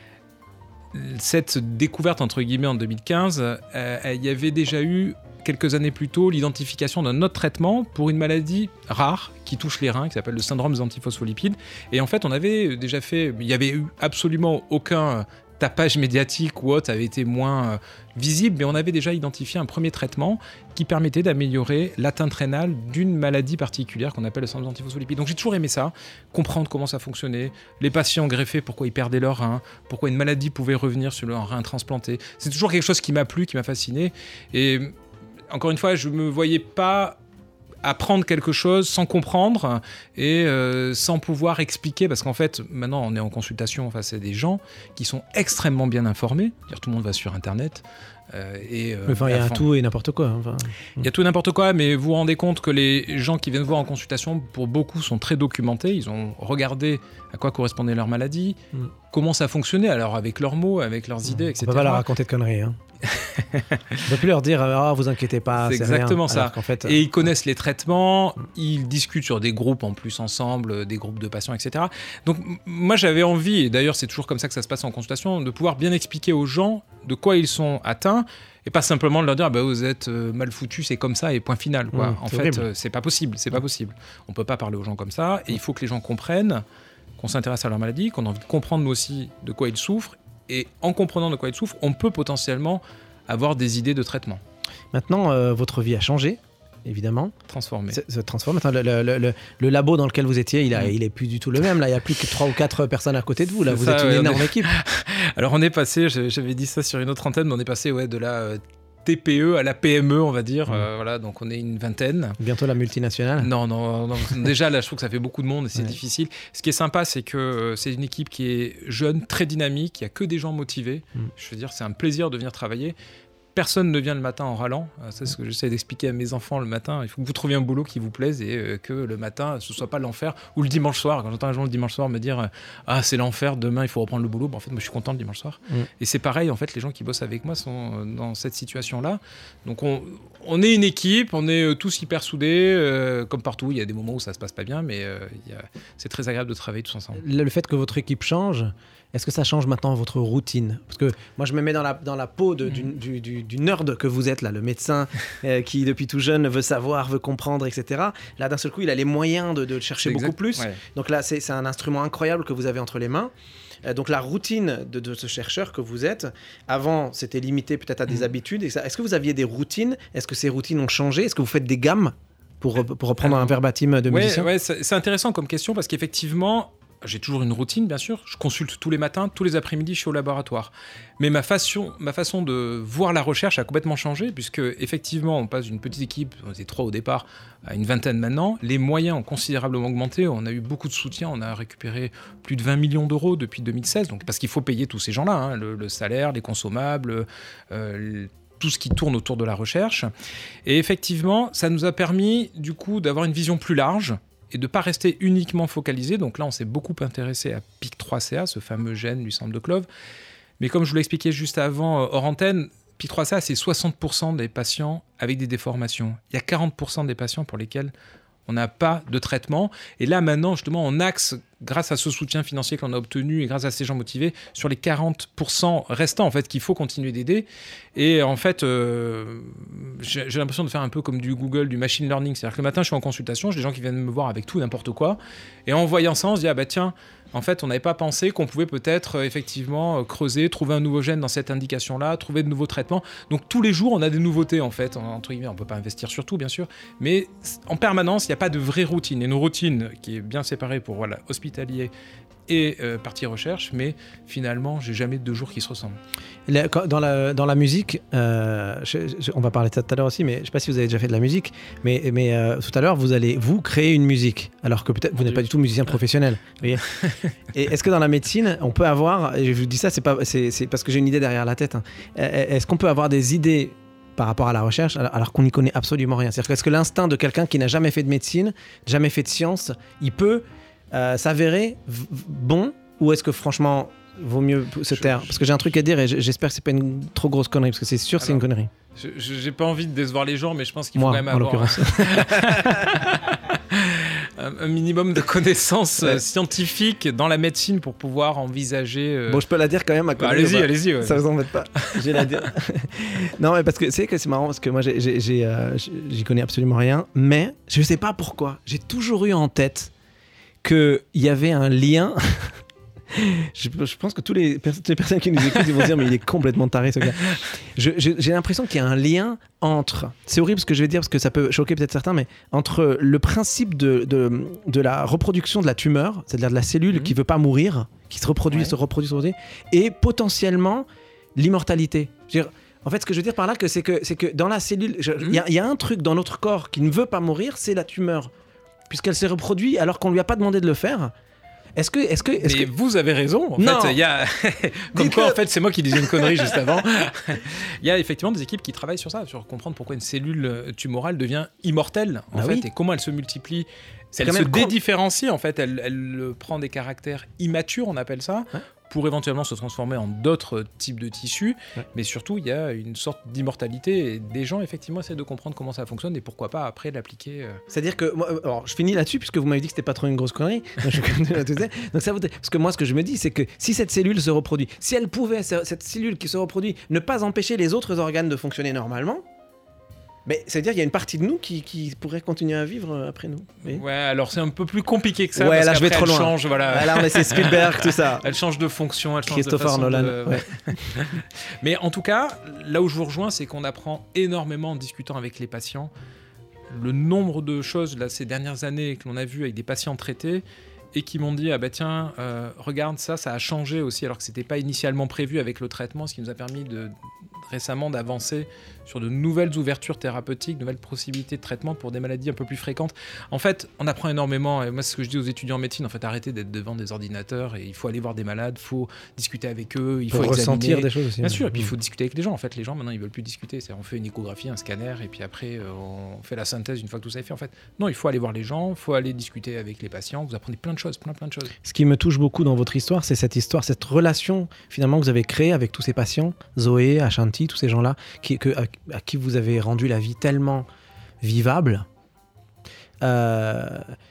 cette découverte entre guillemets en deux mille quinze, euh, il y avait déjà eu quelques années plus tôt l'identification d'un autre traitement pour une maladie rare qui touche les reins, qui s'appelle le syndrome des antiphospholipides. Et en fait, on avait déjà fait, il y avait eu absolument aucun tapage médiatique ou autre, ça avait été moins euh, visible, mais on avait déjà identifié un premier traitement qui permettait d'améliorer l'atteinte rénale d'une maladie particulière qu'on appelle le syndrome des antiphospholipides. Donc j'ai toujours aimé ça, comprendre comment ça fonctionnait, les patients greffés, pourquoi ils perdaient leur rein, pourquoi une maladie pouvait revenir sur leur rein transplanté. C'est toujours quelque chose qui m'a plu, qui m'a fasciné. Et encore une fois, je ne me voyais pas apprendre quelque chose sans comprendre et euh, sans pouvoir expliquer, parce qu'en fait maintenant on est en consultation face à des gens qui sont extrêmement bien informés. C'est-à-dire, tout le monde va sur internet, Euh, et, euh, enfin, il y a un tout et n'importe quoi. Enfin... Il y a tout et n'importe quoi, mais vous vous rendez compte que les gens qui viennent voir en consultation, pour beaucoup, sont très documentés. Ils ont regardé à quoi correspondait leur maladie, mm. comment ça fonctionnait, alors avec leurs mots, avec leurs idées, mm. et cetera. On ne peut pas leur raconter de conneries. Hein. On ne peut plus leur dire ah, vous inquiétez pas. C'est, c'est exactement rien. ça. Alors qu'en fait, et ils connaissent les traitements, mm. ils discutent sur des groupes en plus ensemble, des groupes de patients, et cetera. Donc moi j'avais envie, et d'ailleurs c'est toujours comme ça que ça se passe en consultation, de pouvoir bien expliquer aux gens de quoi ils sont atteints. Et pas simplement de leur dire ah bah, vous êtes euh, mal foutu, c'est comme ça et point final. Quoi. Mmh, en fait, euh, c'est pas possible, c'est pas possible. On peut pas parler aux gens comme ça. Et il faut que les gens comprennent qu'on s'intéresse à leur maladie, qu'on a envie de comprendre nous aussi de quoi ils souffrent. Et en comprenant de quoi ils souffrent, on peut potentiellement avoir des idées de traitement. Maintenant, euh, votre vie a changé. Évidemment. Transformé. Se transforme. Attends, le, le, le, le labo dans lequel vous étiez, il, a, mmh. il est plus du tout le même. Là, il n'y a plus que trois ou quatre personnes à côté de vous. Là, c'est vous ça, êtes une ouais, énorme est... équipe. Alors, on est passé, j'avais dit ça sur une autre antenne, mais on est passé ouais, de la euh, T P E à la P M E, on va dire. Mmh. Euh, voilà, donc on est une vingtaine. Bientôt la multinationale. Non, non, non. Déjà, là, je trouve que ça fait beaucoup de monde et c'est ouais. difficile. Ce qui est sympa, c'est que euh, c'est une équipe qui est jeune, très dynamique. Il n'y a que des gens motivés. Mmh. Je veux dire, c'est un plaisir de venir travailler. Personne ne vient le matin en râlant. C'est ce que j'essaie d'expliquer à mes enfants le matin. Il faut que vous trouviez un boulot qui vous plaise et euh, que le matin, ce ne soit pas l'enfer. Ou le dimanche soir, quand j'entends les gens le dimanche soir me dire euh, « Ah, c'est l'enfer, demain, il faut reprendre le boulot. » En fait, moi, je suis content le dimanche soir. Mm. Et c'est pareil, en fait, les gens qui bossent avec moi sont dans cette situation-là. Donc, on, on est une équipe, on est tous hyper soudés. Euh, comme partout, il y a des moments où ça ne se passe pas bien, mais euh, y a, c'est très agréable de travailler tous ensemble. Le, le fait que votre équipe change... Est-ce que ça change maintenant votre routine ? Parce que moi, je me mets dans la, dans la peau de, mmh. du, du, du, du nerd que vous êtes, là, le médecin euh, qui, depuis tout jeune, veut savoir, veut comprendre, et cetera. Là, d'un seul coup, il a les moyens de, de chercher beaucoup plus. Ouais. Donc là, c'est, c'est un instrument incroyable que vous avez entre les mains. Euh, donc la routine de, de ce chercheur que vous êtes, avant, c'était limité peut-être à des mmh. habitudes. Et ça, est-ce que vous aviez des routines ? Est-ce que ces routines ont changé ? Est-ce que vous faites des gammes pour, pour reprendre Alors, un verbatim de ouais, musicien ? Ouais, c'est, c'est intéressant comme question parce qu'effectivement... J'ai toujours une routine, bien sûr. Je consulte tous les matins, tous les après-midi, je suis au laboratoire. Mais ma façon, ma façon de voir la recherche a complètement changé, puisque effectivement, on passe d'une petite équipe, on était trois au départ, à une vingtaine maintenant. Les moyens ont considérablement augmenté. On a eu beaucoup de soutien. On a récupéré plus de vingt millions d'euros depuis deux mille seize. Donc, parce qu'il faut payer tous ces gens-là, hein, le, le salaire, les consommables, euh, tout ce qui tourne autour de la recherche. Et effectivement, ça nous a permis, du coup, d'avoir une vision plus large et de ne pas rester uniquement focalisé. Donc là, on s'est beaucoup intéressé à P I C trois C A, ce fameux gène du centre de Clove. Mais comme je vous l'expliquais juste avant, hors antenne, P I C trois C A, c'est soixante pour cent des patients avec des déformations. Il y a quarante pour cent des patients pour lesquels on n'a pas de traitement. Et là, maintenant, justement, on axe, grâce à ce soutien financier qu'on a obtenu et grâce à ces gens motivés, sur les quarante pour cent restants, en fait, qu'il faut continuer d'aider. Et en fait, euh, j'ai, j'ai l'impression de faire un peu comme du Google, du machine learning. C'est-à-dire que le matin, je suis en consultation, j'ai des gens qui viennent me voir avec tout et n'importe quoi. Et en voyant ça, on se dit, ah bah tiens, en fait, on n'avait pas pensé qu'on pouvait peut-être euh, effectivement euh, creuser, trouver un nouveau gène dans cette indication-là, trouver de nouveaux traitements. Donc tous les jours, on a des nouveautés en fait. Entre guillemets, on ne peut pas investir sur tout, bien sûr, mais en permanence, il n'y a pas de vraie routine. Et nos routines, qui est bien séparée pour voilà, hospitalier et euh, partie recherche, mais finalement, j'ai jamais deux jours qui se ressemblent. Dans la, dans la musique, euh, je, je, on va parler de ça tout à l'heure aussi, mais je ne sais pas si vous avez déjà fait de la musique, mais, mais euh, tout à l'heure, vous allez vous créer une musique, alors que peut-être vous n'êtes pas du tout musicien professionnel. Vous voyez. Et est-ce que dans la médecine, on peut avoir, et je vous dis ça, c'est, pas, c'est, c'est parce que j'ai une idée derrière la tête, hein, est-ce qu'on peut avoir des idées par rapport à la recherche, alors qu'on n'y connaît absolument rien ? C'est-à-dire que est-ce que l'instinct de quelqu'un qui n'a jamais fait de médecine, jamais fait de sciences, il peut euh, s'avérer v- bon, ou est-ce que franchement, vaut mieux se taire ? Parce que j'ai un truc à dire et j'espère que c'est pas une trop grosse connerie, parce que c'est sûr que c'est une connerie. Je, je, j'ai pas envie de décevoir les gens, mais je pense qu'il Moi, faut quand même en avoir l'occurrence. un, un minimum de connaissances ouais. scientifiques dans la médecine pour pouvoir envisager... Euh... Bon, je peux la dire quand même à bah, allez-y, bah, allez-y. Ouais. Ça vous embête pas. J'ai la dire. Non, mais parce que c'est que c'est marrant, parce que moi, j'ai, j'ai, j'ai, euh, j'y connais absolument rien, mais je sais pas pourquoi. J'ai toujours eu en tête qu'il y avait un lien... Je, je pense que tous les, toutes les personnes qui nous écoutent ils vont dire mais il est complètement taré ce gars. Je, je, j'ai l'impression qu'il y a un lien entre, c'est horrible ce que je vais dire parce que ça peut choquer peut-être certains, mais entre le principe de, de, de la reproduction de la tumeur, c'est-à-dire de la cellule mmh. qui ne veut pas mourir, qui se reproduit, ouais. se reproduit, se reproduit, et potentiellement l'immortalité. Je veux dire, en fait, ce que je veux dire par là, que c'est, que, c'est que dans la cellule, il mmh. y, y a un truc dans notre corps qui ne veut pas mourir, c'est la tumeur, puisqu'elle s'est reproduite alors qu'on ne lui a pas demandé de le faire. Est-ce que, est-ce que, est-ce Mais que... vous avez raison. En Non. fait, il y a comme Dites-le. quoi en fait c'est moi qui disais une connerie juste avant. Il y a effectivement des équipes qui travaillent sur ça, sur comprendre pourquoi une cellule tumorale devient immortelle en Bah fait oui. et comment elle se multiplie. C'est Elle quand se même con- dédifférencie en fait. Elle, elle prend des caractères immatures, on appelle ça. Ouais. Pour éventuellement se transformer en d'autres types de tissus, Ouais. mais surtout il y a une sorte d'immortalité et des gens effectivement essaient de comprendre comment ça fonctionne et pourquoi pas après l'appliquer. euh. C'est-à-dire que, moi, euh, alors, je finis là-dessus puisque vous m'avez dit que c'était pas trop une grosse connerie. Donc, je continue à tout dire. Donc ça vous... Parce que moi, ce que je me dis, c'est que si cette cellule se reproduit, si elle pouvait, ce- cette cellule qui se reproduit, ne pas empêcher les autres organes de fonctionner normalement, mais c'est-à-dire qu'il y a une partie de nous qui, qui pourrait continuer à vivre euh, après nous. Vous voyez Ouais, alors c'est un peu plus compliqué que ça. Ouais, parce là, je vais qu'après, trop elle loin. change, voilà. Ah, là, on est c'est Spielberg, tout ça. Elle change de fonction, elle change Christopher de façon Nolan, de- ouais. Mais en tout cas, là où je vous rejoins, c'est qu'on apprend énormément en discutant avec les patients. Le nombre de choses là, ces dernières années que l'on a vues avec des patients traités et qui m'ont dit ah bah tiens euh, regarde ça ça a changé aussi alors que c'était pas initialement prévu avec le traitement, ce qui nous a permis de récemment d'avancer sur de nouvelles ouvertures thérapeutiques, de nouvelles possibilités de traitement pour des maladies un peu plus fréquentes. En fait, on apprend énormément et moi c'est ce que je dis aux étudiants en médecine, en fait arrêtez d'être devant des ordinateurs et il faut aller voir des malades, il faut discuter avec eux, il Pour faut ressentir examiner. des choses aussi. Bien sûr, et puis il Mm. faut discuter avec les gens. En fait, les gens maintenant ils veulent plus discuter. C'est on fait une échographie, un scanner, et puis après euh, on fait la synthèse une fois que tout ça est fait. En fait, non, il faut aller voir les gens, il faut aller discuter avec les patients. Vous apprenez plein de choses, plein plein de choses. Ce qui me touche beaucoup dans votre histoire, c'est cette histoire, cette relation finalement que vous avez créée avec tous ces patients, Zoé, Ashanti, tous ces gens-là, qui, que, à, à qui vous avez rendu la vie tellement vivable. Euh,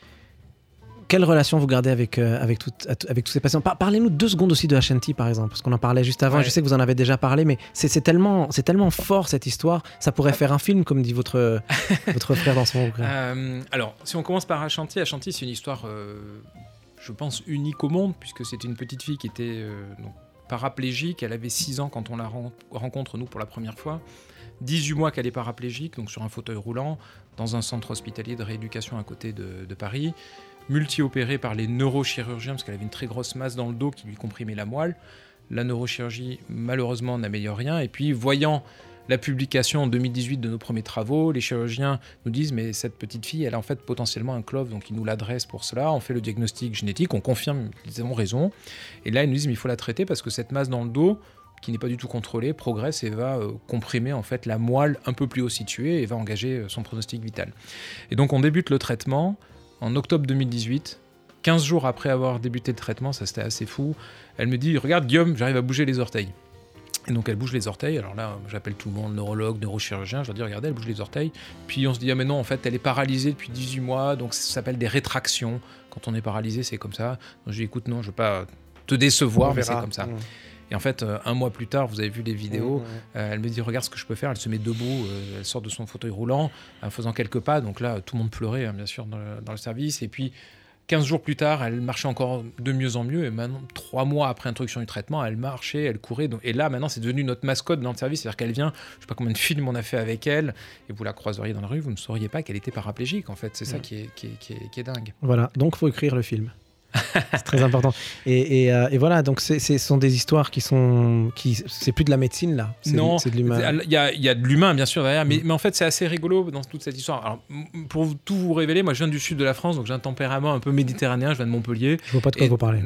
quelle relation vous gardez avec, euh, avec, tout- avec tous ces patients? Par- Parlez-nous deux secondes aussi de Ashanti, par exemple, parce qu'on en parlait juste avant. Ouais. Je sais que vous en avez déjà parlé, mais c'est c'est tellement, c'est tellement fort cette histoire. Ça pourrait faire un film, comme dit votre, votre frère dans son bouquin. Euh, alors, si on commence par Ashanti, Ashanti c'est une histoire, euh, je pense, unique au monde, puisque c'était une petite fille qui était euh, donc, paraplégique. Elle avait six ans quand on la ren- rencontre, nous, pour la première fois. dix-huit mois qu'elle est paraplégique, donc sur un fauteuil roulant, dans un centre hospitalier de rééducation à côté de, de Paris, multi-opérée par les neurochirurgiens, parce qu'elle avait une très grosse masse dans le dos qui lui comprimait la moelle. La neurochirurgie, malheureusement, n'améliore rien. Et puis, voyant la publication en deux mille dix-huit de nos premiers travaux, les chirurgiens nous disent mais cette petite fille, elle a en fait potentiellement un C L O V, donc ils nous l'adressent pour cela. On fait le diagnostic génétique, on confirme qu'ils ont raison. Et là, ils nous disent mais il faut la traiter parce que cette masse dans le dos, qui n'est pas du tout contrôlée, progresse et va euh, comprimer en fait la moelle un peu plus haut située et va engager euh, son pronostic vital. Et donc on débute le traitement en octobre deux mille dix-huit. quinze jours après avoir débuté le traitement, ça c'était assez fou. Elle me dit regarde Guillaume, j'arrive à bouger les orteils. Et donc elle bouge les orteils, alors là j'appelle tout le monde, neurologue, neurochirurgien, je leur dis regardez elle bouge les orteils, puis on se dit ah mais non en fait elle est paralysée depuis dix-huit mois, donc ça s'appelle des rétractions, quand on est paralysé c'est comme ça, donc je dis écoute non je veux pas te décevoir On mais verra. c'est comme ça. Mmh. Et en fait euh, un mois plus tard vous avez vu les vidéos, Mmh. euh, elle me dit regarde ce que je peux faire, elle se met debout, euh, elle sort de son fauteuil roulant en faisant quelques pas, donc là tout le monde pleurait hein, bien sûr dans le, dans le service, et puis quinze jours plus tard, elle marchait encore de mieux en mieux. Et maintenant, trois mois après introduction du traitement, elle marchait, elle courait. Donc, et là, maintenant, c'est devenu notre mascotte dans le service. C'est-à-dire qu'elle vient, je ne sais pas combien de films on a fait avec elle, et vous la croiseriez dans la rue, vous ne sauriez pas qu'elle était paraplégique, en fait. C'est ça Mm. qui est, qui, est, qui, est, qui est dingue. Voilà, donc il faut écrire le film. C'est très important. Et, et, euh, et voilà, donc c'est- c'est- ce sont des histoires qui sont. Qui, c'est plus de la médecine là. C'est- Non, c'est de l'humain. il y a, il y a de l'humain, bien sûr, derrière. Mais, Mm. mais en fait, c'est assez rigolo dans toute cette histoire. Alors, m- pour tout vous révéler, moi, je viens du sud de la France, donc j'ai un tempérament un peu méditerranéen. Je viens de Montpellier. Je vois pas de quoi Et- vous parlez.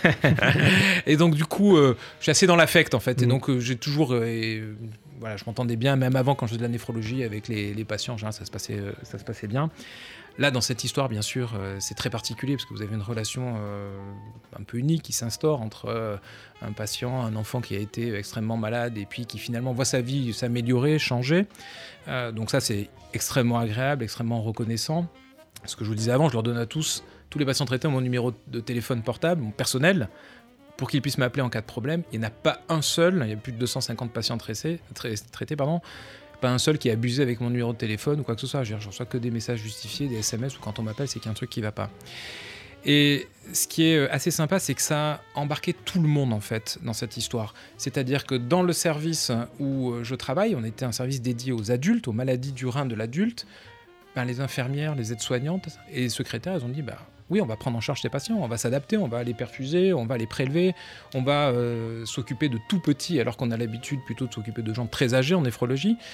Et donc du coup, euh, je suis assez dans l'affect en fait. Et Mm. donc euh, j'ai toujours, euh, et, euh, voilà, je m'entendais bien, même avant quand je faisais de la néphrologie avec les, les patients, en général, ça se passait, euh, ça se passait bien. Là, dans cette histoire, bien sûr, euh, c'est très particulier parce que vous avez une relation euh, un peu unique qui s'instaure entre euh, un patient, un enfant qui a été extrêmement malade et puis qui finalement voit sa vie s'améliorer, changer. Euh, donc ça, c'est extrêmement agréable, extrêmement reconnaissant. Ce que je vous disais avant, je leur donne à tous, tous les patients traités ont mon numéro de téléphone portable, mon personnel, pour qu'ils puissent m'appeler en cas de problème. Il n'y en a pas un seul, il y a plus de deux cent cinquante patients traités, tra- traités, pardon, pas un seul qui a abusé avec mon numéro de téléphone ou quoi que ce soit. Je veux dire, je reçois que des messages justifiés, des S M S, ou quand on m'appelle, c'est qu'il y a un truc qui ne va pas. Et ce qui est assez sympa, c'est que ça a embarqué tout le monde en fait dans cette histoire. C'est-à-dire que dans le service où je travaille, on était un service dédié aux adultes, aux maladies du rein de l'adulte. Ben, les infirmières, les aides-soignantes et les secrétaires, elles ont dit bah, oui, on va prendre en charge ces patients, on va s'adapter, on va les perfuser, on va les prélever, on va euh, s'occuper de tout petits alors qu'on a l'habitude plutôt de s'occuper de gens très âgés en néphrologie.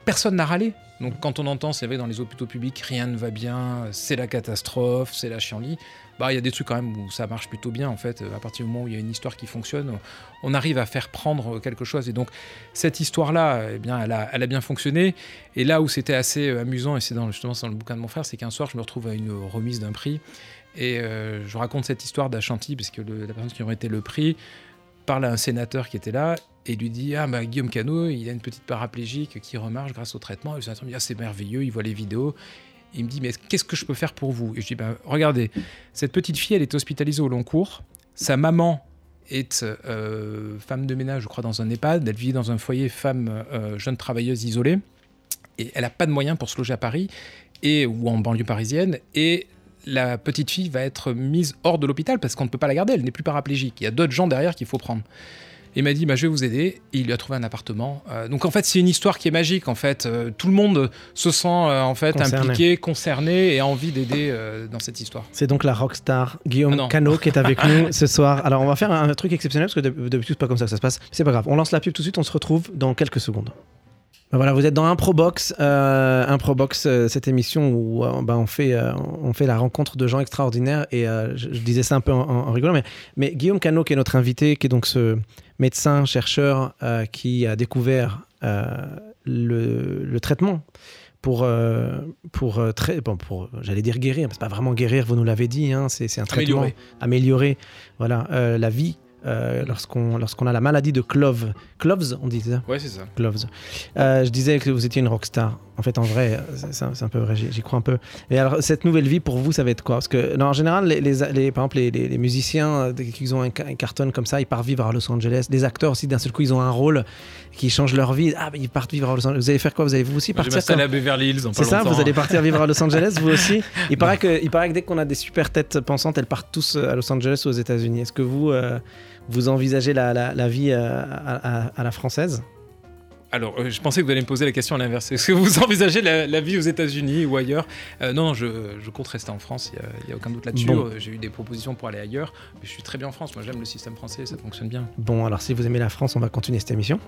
personne n'a râlé. Donc quand on entend, c'est vrai, dans les hôpitaux publics, rien ne va bien, c'est la catastrophe, c'est la chienlit, bah il y a des trucs quand même où ça marche plutôt bien en fait. À partir du moment où il y a une histoire qui fonctionne, on arrive à faire prendre quelque chose. Et donc cette histoire-là, eh bien, elle a, elle a bien fonctionné. Et là où c'était assez amusant, et c'est dans, justement dans le bouquin de mon frère, c'est qu'un soir, je me retrouve à une remise d'un prix. Et euh, je raconte cette histoire d'Ashanti, parce que le, la personne qui aurait été le prix parle à un sénateur qui était là et lui dit « Ah, bah, Guillaume Canot, il a une petite paraplégique qui remarche grâce au traitement. » Et le sénateur me dit « Ah, c'est merveilleux, il voit les vidéos. » Il me dit « Mais qu'est-ce que je peux faire pour vous ?» Et je dis bah, « Regardez, cette petite fille, elle est hospitalisée au long cours. Sa maman est euh, femme de ménage, je crois, dans un EHPAD. Elle vit dans un foyer femme euh, jeune travailleuse isolée. Et elle n'a pas de moyens pour se loger à Paris et, ou en banlieue parisienne. Et la petite fille va être mise hors de l'hôpital parce qu'on ne peut pas la garder, elle n'est plus paraplégique. Il y a d'autres gens derrière qu'il faut prendre. Et il m'a dit, bah, je vais vous aider. Et il lui a trouvé un appartement. Euh, donc en fait, c'est une histoire qui est magique. En fait, euh, tout le monde se sent euh, en fait concerné. impliqué, concerné et a envie d'aider euh, dans cette histoire. C'est donc la rockstar Guillaume ah Canot qui est avec nous ce soir. Alors on va faire un, un truc exceptionnel parce que d'habitude c'est pas comme ça que ça se passe. C'est pas grave. On lance la pub tout de suite. On se retrouve dans quelques secondes. Ben voilà, vous êtes dans Improbox, euh, Improbox, euh, cette émission où euh, ben on, fait, euh, on fait la rencontre de gens extraordinaires et euh, je, je disais ça un peu en, en rigolant, mais, mais Guillaume Canot qui est notre invité, qui est donc ce médecin, chercheur euh, qui a découvert euh, le, le traitement pour, euh, pour, euh, tra- bon, pour, j'allais dire guérir, mais c'est pas vraiment guérir, vous nous l'avez dit, hein, c'est, c'est un traitement améliorer, améliorer voilà, euh, la vie. Euh, lorsqu'on, lorsqu'on a la maladie de Clove. Cloves, on dit ça ? Ouais, c'est ça. Cloves. Euh, je disais que vous étiez une rockstar. En fait, en vrai, c'est, c'est un peu vrai, j'y, j'y crois un peu. Et alors, cette nouvelle vie, pour vous, ça va être quoi ? Parce que, non, en général, les, les, les, par exemple, les, les, les musiciens qui ont un, un carton comme ça, ils partent vivre à Los Angeles. Les acteurs aussi, d'un seul coup, ils ont un rôle qui change leur vie. Ah, bah, ils partent vivre à Los Angeles. Vous allez faire quoi ? Vous allez vous aussi partir ? Je vais m'installer à Beverly Hills en pas C'est ça, longtemps. vous allez partir vivre à Los Angeles, vous aussi ? Il paraît, que, il paraît que dès qu'on a des super têtes pensantes, elles partent tous à Los Angeles ou aux États-Unis. Est-ce que vous... Euh, Vous envisagez la, la, la vie euh, à, à, à la française ? Alors, euh, je pensais que vous alliez me poser la question à l'inverse. Est-ce que vous envisagez la, la vie aux États-Unis ou ailleurs ? euh, Non, je, je compte rester en France, il n'y a, a aucun doute là-dessus. Bon. Euh, j'ai eu des propositions pour aller ailleurs, mais je suis très bien en France. Moi, j'aime le système français, ça fonctionne bien. Bon, alors si vous aimez la France, on va continuer cette émission.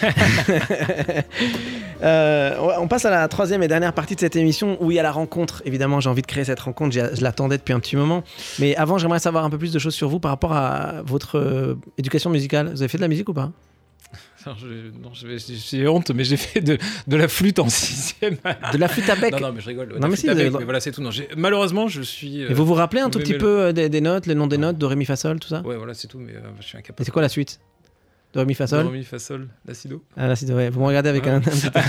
euh, on passe à la troisième et dernière partie de cette émission où il y a la rencontre. Évidemment, j'ai envie de créer cette rencontre, j'ai, je l'attendais depuis un petit moment. Mais avant, j'aimerais savoir un peu plus de choses sur vous par rapport à votre euh, éducation musicale. Vous avez fait de la musique ou pas ? Alors, je, non, je vais, j'ai honte, mais j'ai fait de, de la flûte en sixième. De la flûte à bec ? Non, non, mais je rigole. Non, mais si, bec, avez... mais voilà, c'est tout. Non, j'ai, malheureusement, je suis. Euh, Et vous vous rappelez un tout petit le... peu des, des notes, les noms des notes, do, ré, mi, fa, sol, tout ça ? Ouais, voilà, c'est tout, mais euh, je suis incapable. Et c'est quoi la suite ? Do, ré, mi, fa, sol ? Do, ré, mi, fa, sol, la, si, do. Ah, la, si, do, ouais. Vous me regardez avec ouais. un, un petit peu.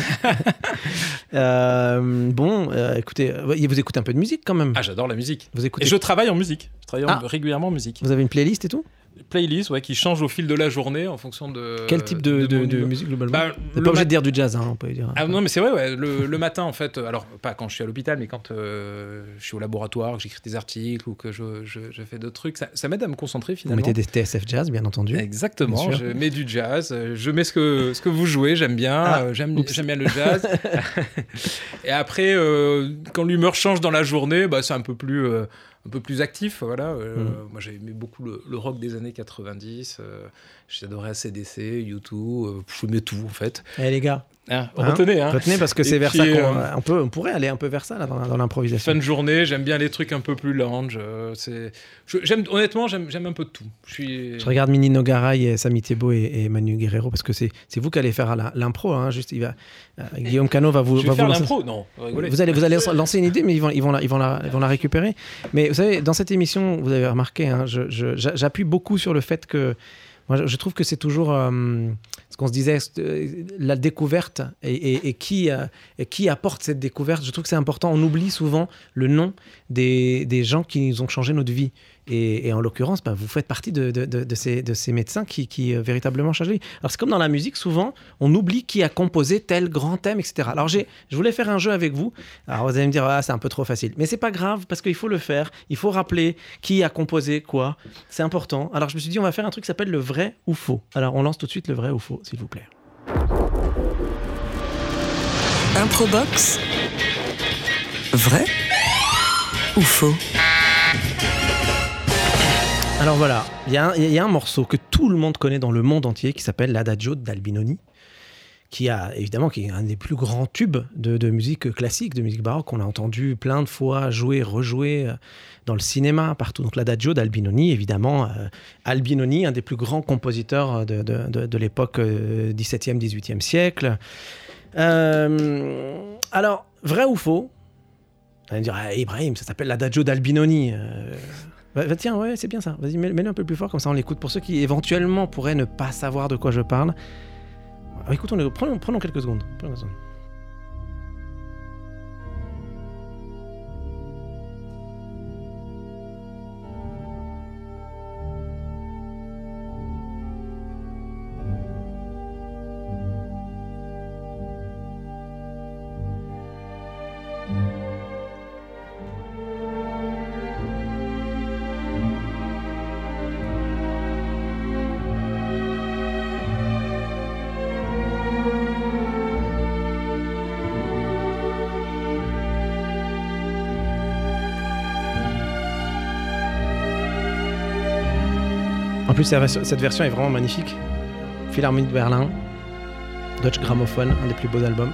euh, bon, euh, écoutez, vous écoutez un peu de musique quand même ? Ah, j'adore la musique. Vous écoutez... Et je travaille en musique. Je travaille ah. en, régulièrement en musique. Vous avez une playlist et tout ? Playlist, ouais, qui change au fil de la journée en fonction de. Quel type de, de, de, de musique globalement ? Bah, Vous n'êtes pas obligé mat... de dire du jazz, hein, on peut dire. Ah non, mais c'est vrai, ouais. Le, le matin, en fait, alors pas quand je suis à l'hôpital, mais quand euh, je suis au laboratoire, que j'écris des articles ou que je, je, je fais d'autres trucs, ça, ça m'aide à me concentrer finalement. Vous mettez des T S F jazz, bien entendu. Exactement, bien je mets du jazz, je mets ce que, ce que vous jouez, j'aime bien, ah, euh, j'aime, j'aime bien le jazz. Et après, euh, quand l'humeur change dans la journée, bah, c'est un peu plus. Euh, un peu plus actif, voilà. Euh, mmh. Moi, j'aimé beaucoup le, le rock des années quatre-vingt-dix. Euh, j'adorais A C D C, U deux, euh, j'aimais tout, en fait. Eh les gars, hein, hein, retenez. Hein. Retenez, parce que c'est et vers puis, ça qu'on euh, on peut, on pourrait aller un peu vers ça, là, dans, dans l'improvisation. Fin de journée, j'aime bien les trucs un peu plus lounge. Euh, c'est... Je, j'aime, honnêtement, j'aime, j'aime un peu de tout. Je, suis... Je regarde Mini Nogaray, et Samy Thiebaud et, et Manu Guerrero, parce que c'est, c'est vous qui allez faire la, l'impro. Hein, juste, il va, euh, Guillaume Canot va vous... Je vais va faire vous l'impro, non. Vous allez, vous allez lancer une idée, mais ils vont, ils vont, la, ils vont, la, ils vont la récupérer. Mais vous savez, dans cette émission, vous avez remarqué, hein, je, je, j'appuie beaucoup sur le fait que moi, je trouve que c'est toujours euh, ce qu'on se disait, la découverte et, et, et, qui, euh, et qui apporte cette découverte. Je trouve que c'est important. On oublie souvent le nom des, des gens qui nous ont changé notre vie. Et, et en l'occurrence, bah, vous faites partie de, de, de, de, ces, de ces médecins qui, qui euh, véritablement changent la vie. Alors c'est comme dans la musique, souvent, on oublie qui a composé tel grand thème, et cetera. Alors j'ai, je voulais faire un jeu avec vous. Alors vous allez me dire, ah, c'est un peu trop facile. Mais c'est pas grave, parce qu'il faut le faire. Il faut rappeler qui a composé quoi. C'est important. Alors je me suis dit, on va faire un truc qui s'appelle le vrai ou faux. Alors on lance tout de suite le vrai ou faux, s'il vous plaît. Improbox. Vrai ou faux ? Alors voilà, il y, y a un morceau que tout le monde connaît dans le monde entier qui s'appelle l'Adagio d'Albinoni, qui a évidemment qui est un des plus grands tubes de, de musique classique, de musique baroque qu'on a entendu plein de fois jouer, rejouer dans le cinéma, partout. Donc l'Adagio d'Albinoni, évidemment, euh, Albinoni, un des plus grands compositeurs de, de, de, de l'époque euh, dix-septième, dix-huitième siècle. Euh, alors, vrai ou faux? On va me dire, ah, Ibrahim, ça s'appelle l'Adagio d'Albinoni. Euh, bah, bah, tiens, ouais, c'est bien ça. Vas-y, mets, mets-le un peu plus fort, comme ça on l'écoute. Pour ceux qui éventuellement pourraient ne pas savoir de quoi je parle. Alors, écoutons, prenons, prenons quelques secondes. Prenons quelques secondes. En plus, cette version est vraiment magnifique. Philharmonie de Berlin, Deutsche Grammophon, un des plus beaux albums.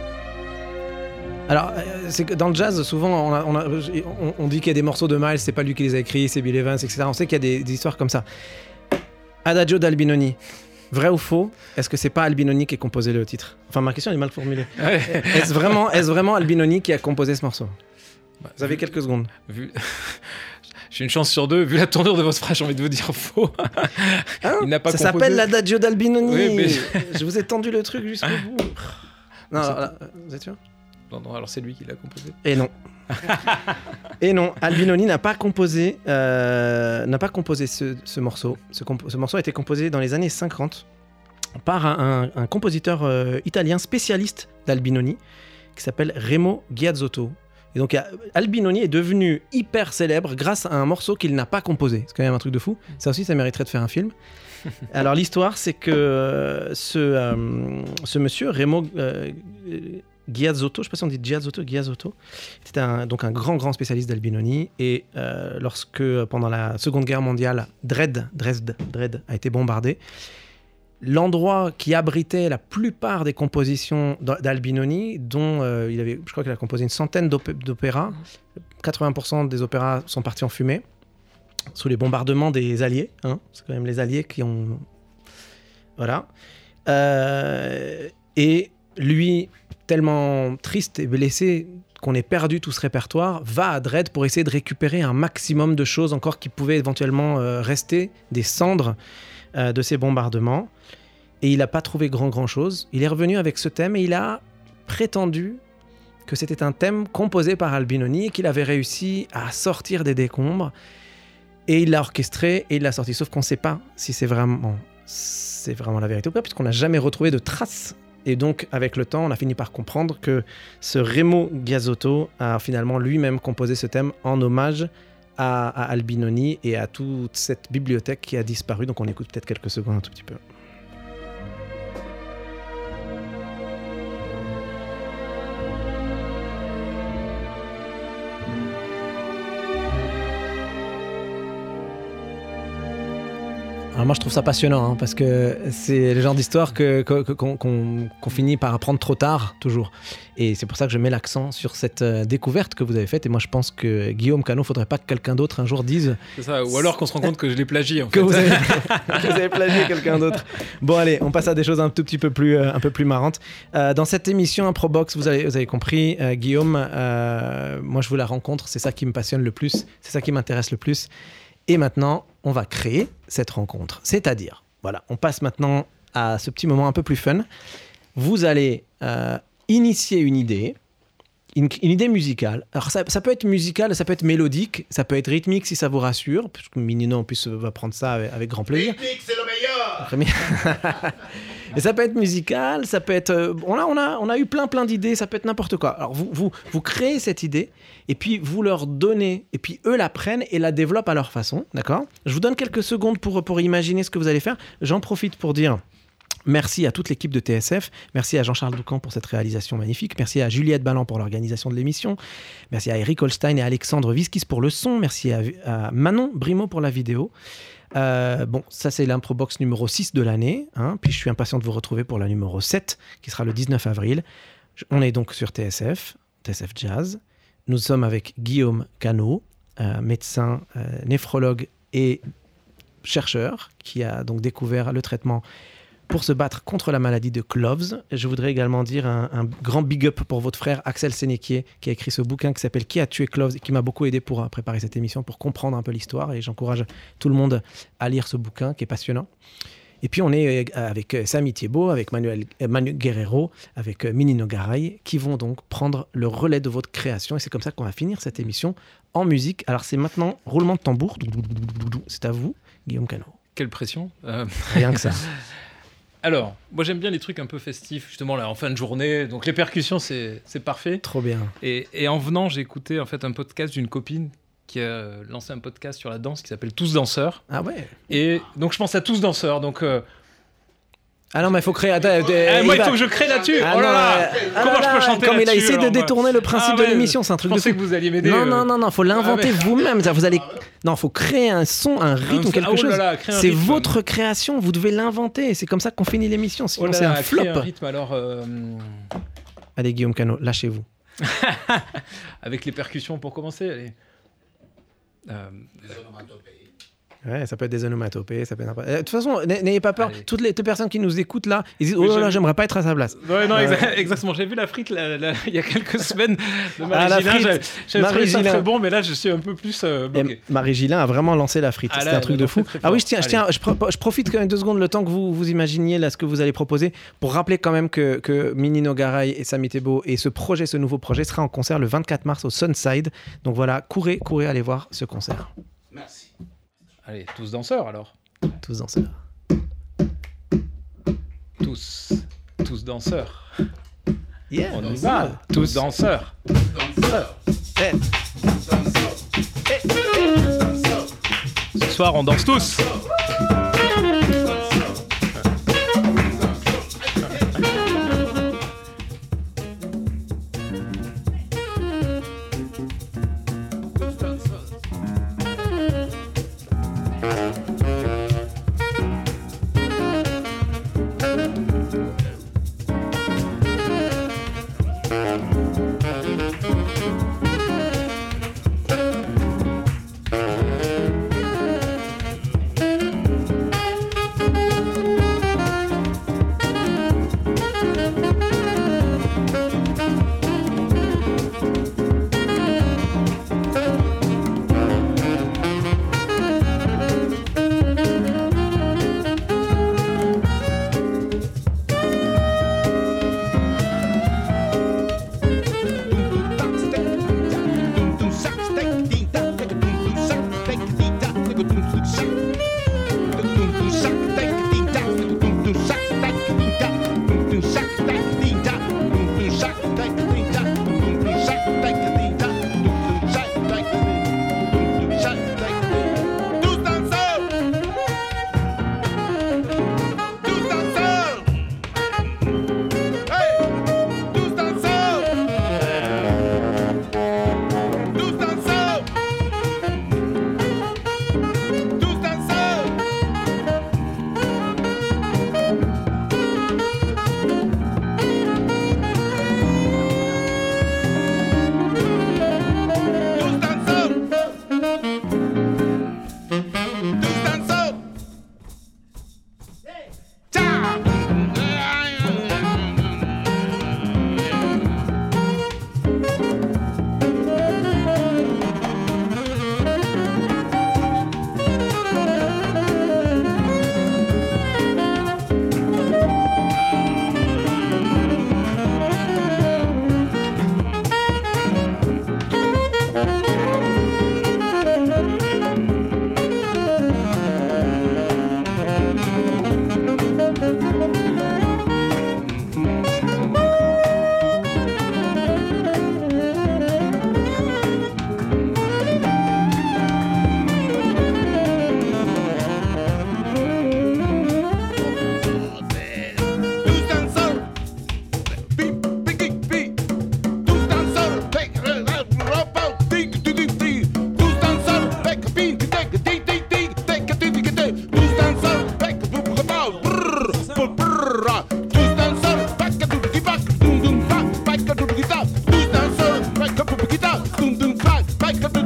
Alors, c'est que dans le jazz, souvent, on, a, on, a, on, on dit qu'il y a des morceaux de Miles, c'est pas lui qui les a écrits, c'est Bill Evans, et cetera. On sait qu'il y a des, des histoires comme ça. Adagio d'Albinoni, vrai ou faux? Est-ce que c'est pas Albinoni qui a composé le titre? Enfin, ma question est mal formulée. Ouais. Est-ce vraiment, est-ce vraiment Albinoni qui a composé ce morceau? Bah, Vous avez vu, quelques secondes. Vu... J'ai une chance sur deux. Vu la tournure de votre phrase, j'ai envie de vous dire faux. Hein? Il n'a pas ça composé... s'appelle l'Adagio d'Albinoni. Oui, mais... Je vous ai tendu le truc jusqu'au bout. Non, alors, là, vous êtes sûr? Non, non, alors c'est lui qui l'a composé. Et non. Et non, Albinoni n'a pas composé, euh, n'a pas composé ce, ce morceau. Ce, comp- ce morceau a été composé dans les années cinquante par un, un, un compositeur euh, italien spécialiste d'Albinoni qui s'appelle Remo Ghiazzotto. Et donc Albinoni est devenu hyper célèbre grâce à un morceau qu'il n'a pas composé. C'est quand même un truc de fou. Ça aussi, ça mériterait de faire un film. Alors l'histoire, c'est que ce, euh, ce monsieur, Remo euh, Ghiazzotto, je ne sais pas si on dit Ghiazzotto, Ghiazzotto, était un, donc un grand, grand spécialiste d'Albinoni. Et euh, lorsque, pendant la Seconde Guerre mondiale, Dresde, Dresde, Dresde a été bombardé, l'endroit qui abritait la plupart des compositions d'Albinoni, dont euh, il avait, je crois qu'il a composé une centaine d'opé- d'opéras, quatre-vingts pour cent des opéras sont partis en fumée, sous les bombardements des Alliés. Hein, c'est quand même les Alliés qui ont... Voilà. Euh, et lui, tellement triste et blessé qu'on ait perdu tout ce répertoire, va à Dresde pour essayer de récupérer un maximum de choses encore qui pouvaient éventuellement euh, rester, des cendres euh, de ces bombardements. Et il n'a pas trouvé grand grand chose. Il est revenu avec ce thème et il a prétendu que c'était un thème composé par Albinoni et qu'il avait réussi à sortir des décombres. Et il l'a orchestré et il l'a sorti. Sauf qu'on ne sait pas si c'est vraiment, c'est vraiment la vérité ou pas, puisqu'on n'a jamais retrouvé de traces. Et donc, avec le temps, on a fini par comprendre que ce Remo Ghiazzotto a finalement lui-même composé ce thème en hommage à, à Albinoni et à toute cette bibliothèque qui a disparu. Donc, on écoute peut-être quelques secondes un tout petit peu. Alors moi je trouve ça passionnant hein, parce que c'est le genre d'histoire que, que, que, qu'on, qu'on, qu'on finit par apprendre trop tard toujours, et c'est pour ça que je mets l'accent sur cette euh, découverte que vous avez faite. Et moi je pense que Guillaume Canot, faudrait pas que quelqu'un d'autre un jour dise c'est ça, ou alors qu'on se rend compte que je l'ai plagié en que, fait. vous avez, que vous avez plagié quelqu'un d'autre. Bon allez, on passe à des choses un tout petit peu plus, euh, un peu plus marrantes. Euh, dans cette émission Improbox, vous avez, vous avez compris, euh, Guillaume, euh, moi je vous la rencontre, c'est ça qui me passionne le plus, c'est ça qui m'intéresse le plus. Et maintenant, on va créer cette rencontre. C'est-à-dire, voilà, on passe maintenant à ce petit moment un peu plus fun. Vous allez euh, initier une idée, une, une idée musicale. Alors, ça, ça peut être musical, ça peut être mélodique, ça peut être rythmique si ça vous rassure, puisque Minino, en plus, va prendre ça avec, avec grand plaisir. Rythmique, c'est le meilleur. Et ça peut être musical, ça peut être... Euh, on, a, on, a, on a eu plein, plein d'idées, ça peut être n'importe quoi. Alors, vous, vous, vous créez cette idée, et puis vous leur donnez, et puis eux la prennent et la développent à leur façon, d'accord ? Je vous donne quelques secondes pour, pour imaginer ce que vous allez faire. J'en profite pour dire... Merci à toute l'équipe de T S F, merci à Jean-Charles Doucan pour cette réalisation magnifique, merci à Juliette Balland pour l'organisation de l'émission, merci à Eric Holstein et Alexandre Viskis pour le son, merci à, à Manon Brimo pour la vidéo. Euh, bon, ça c'est l'impro box numéro six de l'année. Hein, puis je suis impatient de vous retrouver pour la numéro sept, qui sera le dix-neuf avril. On est donc sur T S F, T S F Jazz. Nous sommes avec Guillaume Cano, euh, médecin, euh, néphrologue et chercheur, qui a donc découvert le traitement pour se battre contre la maladie de Cloves. Je voudrais également dire un, un grand big up pour votre frère Axel Sénéquier, qui a écrit ce bouquin qui s'appelle « Qui a tué Cloves ?» et qui m'a beaucoup aidé pour préparer cette émission, pour comprendre un peu l'histoire. Et j'encourage tout le monde à lire ce bouquin qui est passionnant. Et puis on est avec Samy Thiebaud, avec Manuel, Manu Guerrero, avec Minino Garay, qui vont donc prendre le relais de votre création. Et c'est comme ça qu'on va finir cette émission en musique. Alors c'est maintenant roulement de tambour. C'est à vous, Guillaume Cano. Quelle pression. euh... Rien que ça. Alors, moi j'aime bien les trucs un peu festifs, justement là en fin de journée. Donc les percussions, c'est, c'est parfait. Trop bien. Et, et en venant, j'ai écouté en fait un podcast d'une copine qui a lancé un podcast sur la danse qui s'appelle Tous Danseurs. Ah ouais. Et donc je pense à Tous Danseurs. Donc euh... ah non, mais il faut créer. Attends, ah, il moi, il va... faut que je crée là-dessus. Ah oh là non, là. euh... Comment ah je là peux là, chanter comme là-dessus? il a essayé alors, de détourner le principe ah, ouais, de l'émission, c'est un truc je de pensais fou. que vous alliez m'aider. Non, euh... non, non, non, faut l'inventer ah, mais... vous-même. Vous allez. Non, faut créer un son, un rythme, un... quelque ah, oh chose. là là, créer un c'est rythme. Votre création. Vous devez l'inventer. C'est comme ça qu'on finit l'émission. Sinon, oh là c'est là, un flop. un rythme, alors. Euh... Allez, Guillaume Cano, lâchez-vous. Avec les percussions pour commencer. Allez. Euh... Ouais, ça peut être des onomatopées, ça peut être... De toute façon, n'ayez pas peur. Allez. Toutes les toutes personnes qui nous écoutent là, ils disent « Oh là là, j'aimerais pas être à sa place. » Ouais, non, euh... exa- exactement. J'ai vu la frite là, là, il y a quelques semaines de Ah, la Marie Gillin. frite. J'avais, j'avais trouvé ça Marie très Gillin. bon, mais là, je suis un peu plus euh, bloqué. Marie Gillin a vraiment lancé la frite. Ah, C'était là, un truc elle de a fou. fait très Ah oui, fort. je, tiens, je, tiens, je, pro- je profite quand même deux secondes le temps que vous, vous imaginiez là, ce que vous allez proposer pour rappeler quand même que, que Minino Garay et Samy Thiebaud et ce projet, ce nouveau projet sera en concert le vingt-quatre mars au Sunside. Donc voilà, courez, courez aller voir ce concert. Merci. Allez, tous danseurs alors. Tous danseurs. Tous. Tous danseurs. Yeah, On y va. Tous danseurs. Eh. Ce soir, on danse tous.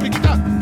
tiquita.